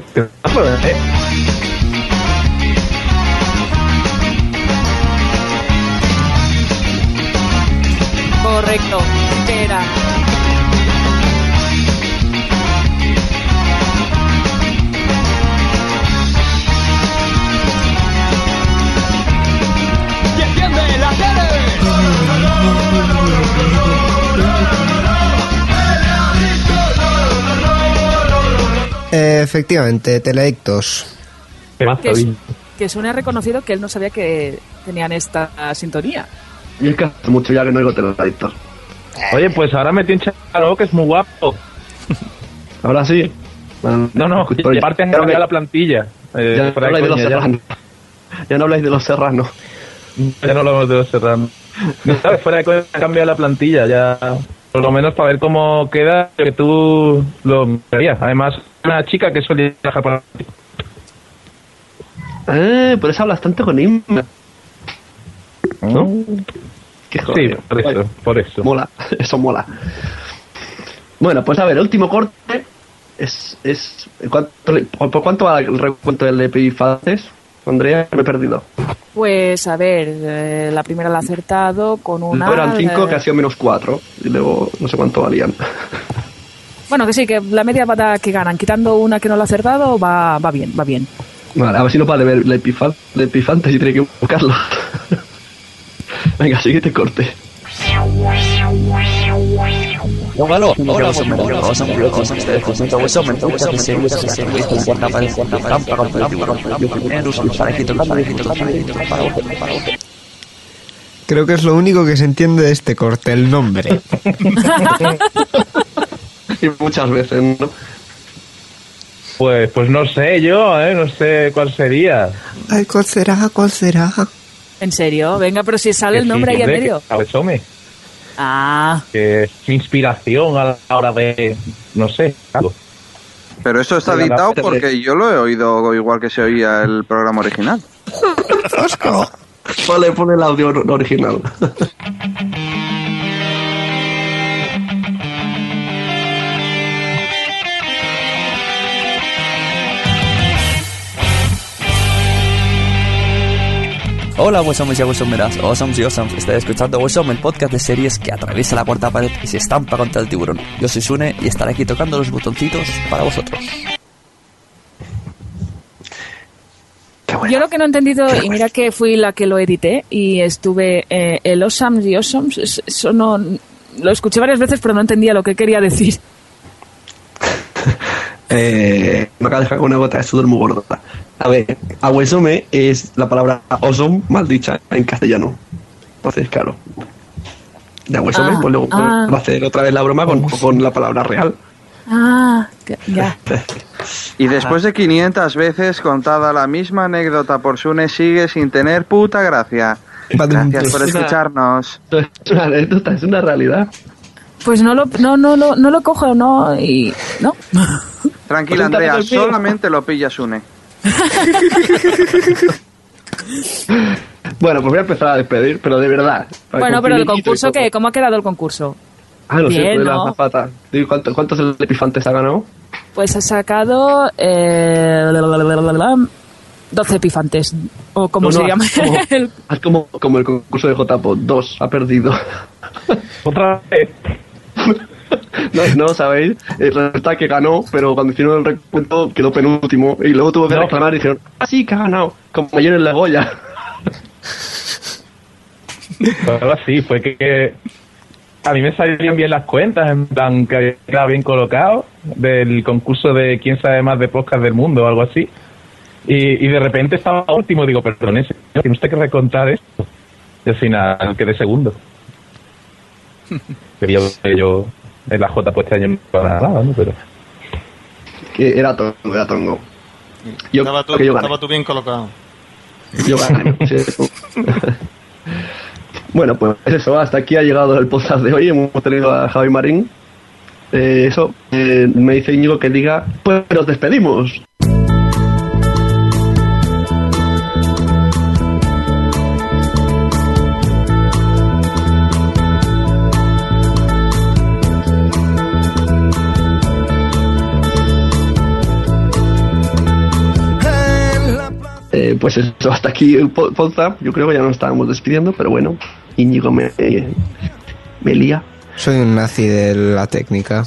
Correcto. Era. ¡Y enciende la Eh, efectivamente, Teleadictos. Que, es- que suene reconocido que él no sabía que tenían esta sintonía. Y es que hace mucho ya que no oigo Teleadictos. Oye, pues ahora me tiene Charo, que es muy guapo. Ahora sí. No, no, y aparte han cambiado la plantilla. Eh, Ya no fuera de habláis de los coña, ya. serranos. Ya no habláis de los serranos. Ya no hablamos de los serranos. No, ¿sabes? Fuera de coña han cambiado la plantilla, ya. Por lo menos para ver cómo queda, que tú lo verías. Además, una chica que suele viajar por aquí. Eh, por eso hablas tanto con Inma. ¿No? Qué Sí, joder. por eso, por eso. Mola, eso mola. Bueno, pues a ver, el último corte es... es ¿cuánto, le- ¿Por cuánto va el recuento del Epifaces? Andrea, me he perdido. Pues a ver, eh, la primera la ha acertado con una. No eran cinco, eh, que ha sido menos cuatro. Y luego no sé cuánto valían. Bueno, que sí, que la media pata que ganan, quitando una que no la ha acertado, va, va bien, va bien. Vale, a ver si no para de ver el Epifan- el Epifantes y tiene que buscarlo. Venga, siguiente corte. Hola, hola, soy Mario Rosa, Mario Rosa, ustedes consultan vuestro momento, vuestra serie, vuestra serie, vuestra cuarta pared, cuarta pared, para romper el tiburón, yo primero, para aquí tocando, aquí tocando, aquí tocando, para vos, para vos. Creo que es lo único que se entiende de este corte, el nombre. Y muchas veces, ¿no? Pues, pues no sé yo, ¿eh? No sé cuál sería. Ay, ¿cuál será? ¿Cuál será? ¿En serio? Venga, pero si sale el nombre ahí en medio. Cabezome. Ah, Que es mi inspiración a la hora de, no sé, algo. Pero eso está editado porque yo lo he oído igual que se oía el programa original. Ponle, ponle el audio or- original. Hola, Wesomes y Wesomeras, Osames y Osams. Estáis escuchando Wesome, el podcast de series que atraviesa la cuarta pared y se estampa contra el tiburón. Yo soy Sune y estaré aquí tocando los botoncitos para vosotros. yo lo que no he entendido, y mira que fui la que lo edité y estuve, eh, el Osams y Osams, es- eso no, lo escuché varias veces pero no entendía lo que quería decir. Eh, me acaba de dejar con una gota de sudor muy gorda. A ver, ahuesome es la palabra awesome mal dicha en castellano. Entonces, claro. De ahuesome, Ah, pues luego ah. va a hacer otra vez la broma con, con la palabra real. Ah, que- ya. Y después de quinientas veces contada la misma anécdota por Sune, sigue sin tener puta gracia. Gracias por Es una- escucharnos. Es una anécdota, es una realidad. Pues no lo, no, no, lo- no lo cojo, no, y no. Tranquila, Pues Andrea, entonces, tío. solamente lo pilla Sune. Bueno, pues voy a empezar a despedir, pero de verdad. para Bueno, con pero el finiquito y concurso, todo. ¿qué? ¿Cómo ha quedado el concurso? Ah, no sé, Bien, fue la ¿no? azafata. Digo, ¿cuánto- ¿Cuántos el Epifantes ha ganado? Pues ha sacado eh, doce epifantes, o como No, no, se llama. como- el- Es como, como el concurso de J-Pop, dos, ha perdido. Otra vez. No, no sabéis, eh, resulta que ganó, pero cuando hicieron el recuento quedó penúltimo y luego tuvo que No. reclamar y dijeron, ah, sí, que ha ganado, como ayer en la Goya. Algo así, fue que, que a mí me salían bien las cuentas, en plan que quedaba bien colocado del concurso de quién sabe más de podcast del mundo o algo así. Y, y de repente estaba último, digo, perdón, señor, tiene usted que recontar esto. Y al final quedé segundo. Que yo, que yo en la J pues este año no para nada, ¿no? Pero que era tongo, era tongo. Yo, estaba, tú, que yo estaba tú bien colocado. Yo gané. Sí. Bueno, pues eso, hasta aquí ha llegado el podcast de hoy. Hemos tenido a Javi Marín. Eh, eso, eh, me dice Íñigo que diga, pues nos despedimos. Eh, pues eso, hasta aquí el podcast. Yo creo que ya nos estábamos despidiendo, pero bueno, Íñigo me, me, me lía. Soy un nazi de la técnica.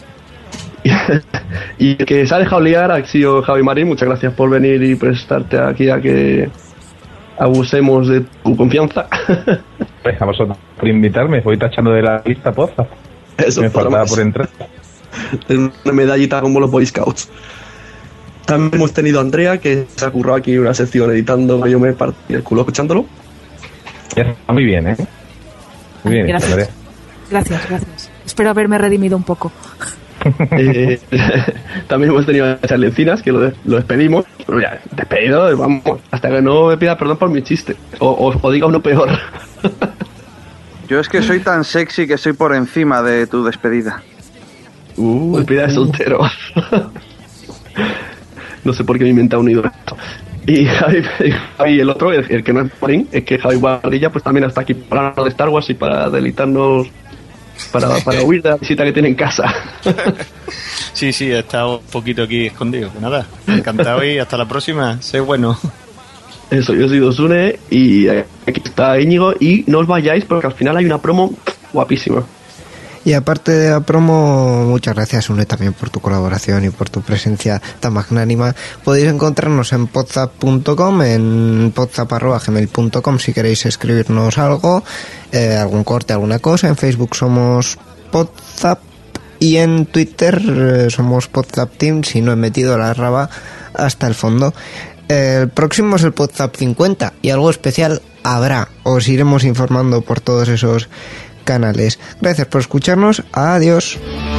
Y el que se ha dejado liar ha sido Javi Marín. Muchas gracias por venir y prestarte aquí a que abusemos de tu confianza. Pues a vosotros por invitarme, voy tachando de la lista poza. Eso me faltaba más por entrar. Una medallita como los Boy Scouts. También hemos tenido a Andrea, que se ha currado aquí una sección editando, que yo me partí el culo escuchándolo. Ya está muy bien, ¿eh? Muy bien, gracias. Andrea. Gracias, gracias. Espero haberme redimido un poco. Eh, también hemos tenido a Charlie Encinas, que lo, de, lo despedimos. Pero ya, despedido, vamos, hasta que no me pida perdón por mi chiste. O, o, o diga uno peor. Yo es que soy tan sexy que soy por encima de tu despedida. Uh, despedida de soltero. No sé por qué me he inventado unido esto. Y Javi, Javi el otro, el, el que no es Marín, es que Javi Guardilla pues también está aquí para hablar de Star Wars y para deleitarnos, para, para huir de la visita que tiene en casa. Sí, sí, he estado un poquito aquí escondido. Nada, encantado y hasta la próxima. Sé bueno. Eso, yo soy Dosune y aquí está Íñigo. Y no os vayáis porque al final hay una promo guapísima. Y aparte de la promo, muchas gracias, Une, también por tu colaboración y por tu presencia tan magnánima. Podéis encontrarnos en podzap punto com, en podzap arroba gmail punto com si queréis escribirnos algo, eh, algún corte, alguna cosa. En Facebook somos Podzap y en Twitter eh, somos Podzap Team, si no he metido la raba hasta el fondo. El próximo es el Podzap cincuenta y algo especial habrá. Os iremos informando por todos esos canales. Gracias por escucharnos. Adiós.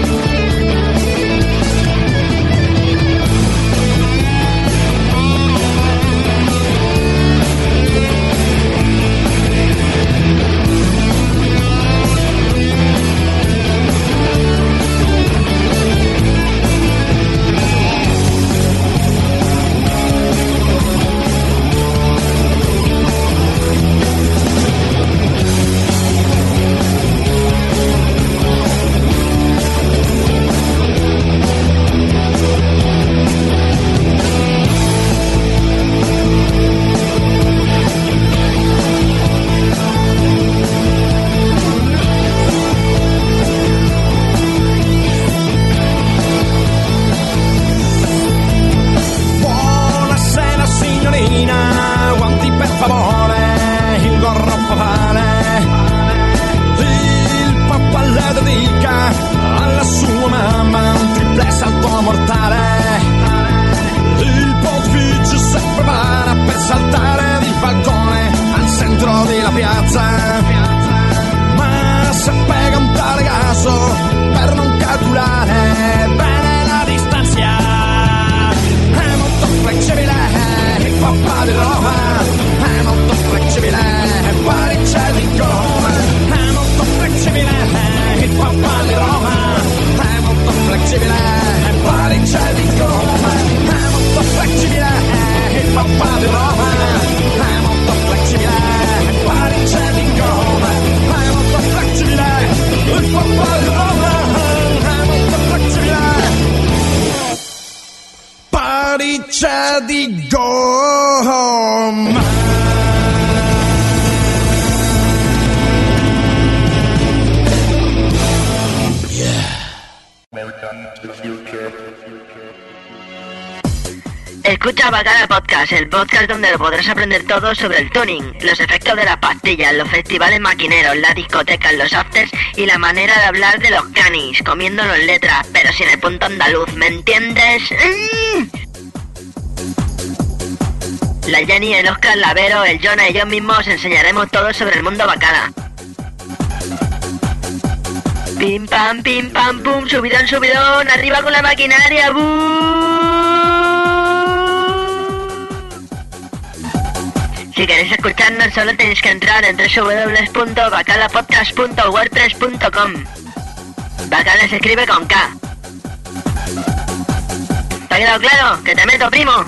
Escucha Bacala Podcast, el podcast donde lo podrás aprender todo sobre el tuning, los efectos de las pastillas, los festivales maquineros, las discotecas, los afters y la manera de hablar de los canis, comiéndolo en letras, pero sin el punto andaluz, ¿me entiendes? La Jenny, el Oscar, la Vero, el Jonah y yo mismos os enseñaremos todo sobre el mundo Bacala. Pim pam, pim pam, pum, subidón, subidón, arriba con la maquinaria, ¡bum! Si queréis escucharnos solo tenéis que entrar en doble u doble u doble u punto bacalapodcast punto wordpress punto com. Bacala se escribe con K. ¿Te ha quedado claro? ¡Que te meto, primo!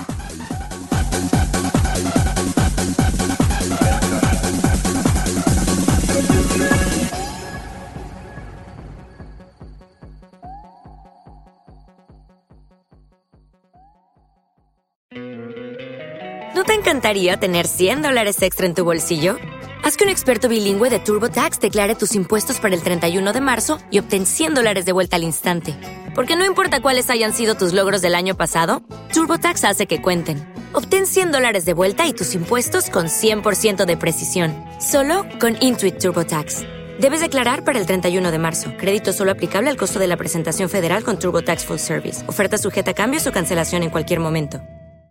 ¿No te encantaría tener cien dólares extra en tu bolsillo? Haz que un experto bilingüe de TurboTax declare tus impuestos para el treinta y uno de marzo y obtén cien dólares de vuelta al instante. Porque no importa cuáles hayan sido tus logros del año pasado, TurboTax hace que cuenten. Obtén cien dólares de vuelta y tus impuestos con cien por ciento de precisión. Solo con Intuit TurboTax. Debes declarar para el treinta y uno de marzo. Crédito solo aplicable al costo de la presentación federal con TurboTax Full Service. Oferta sujeta a cambios o cancelación en cualquier momento.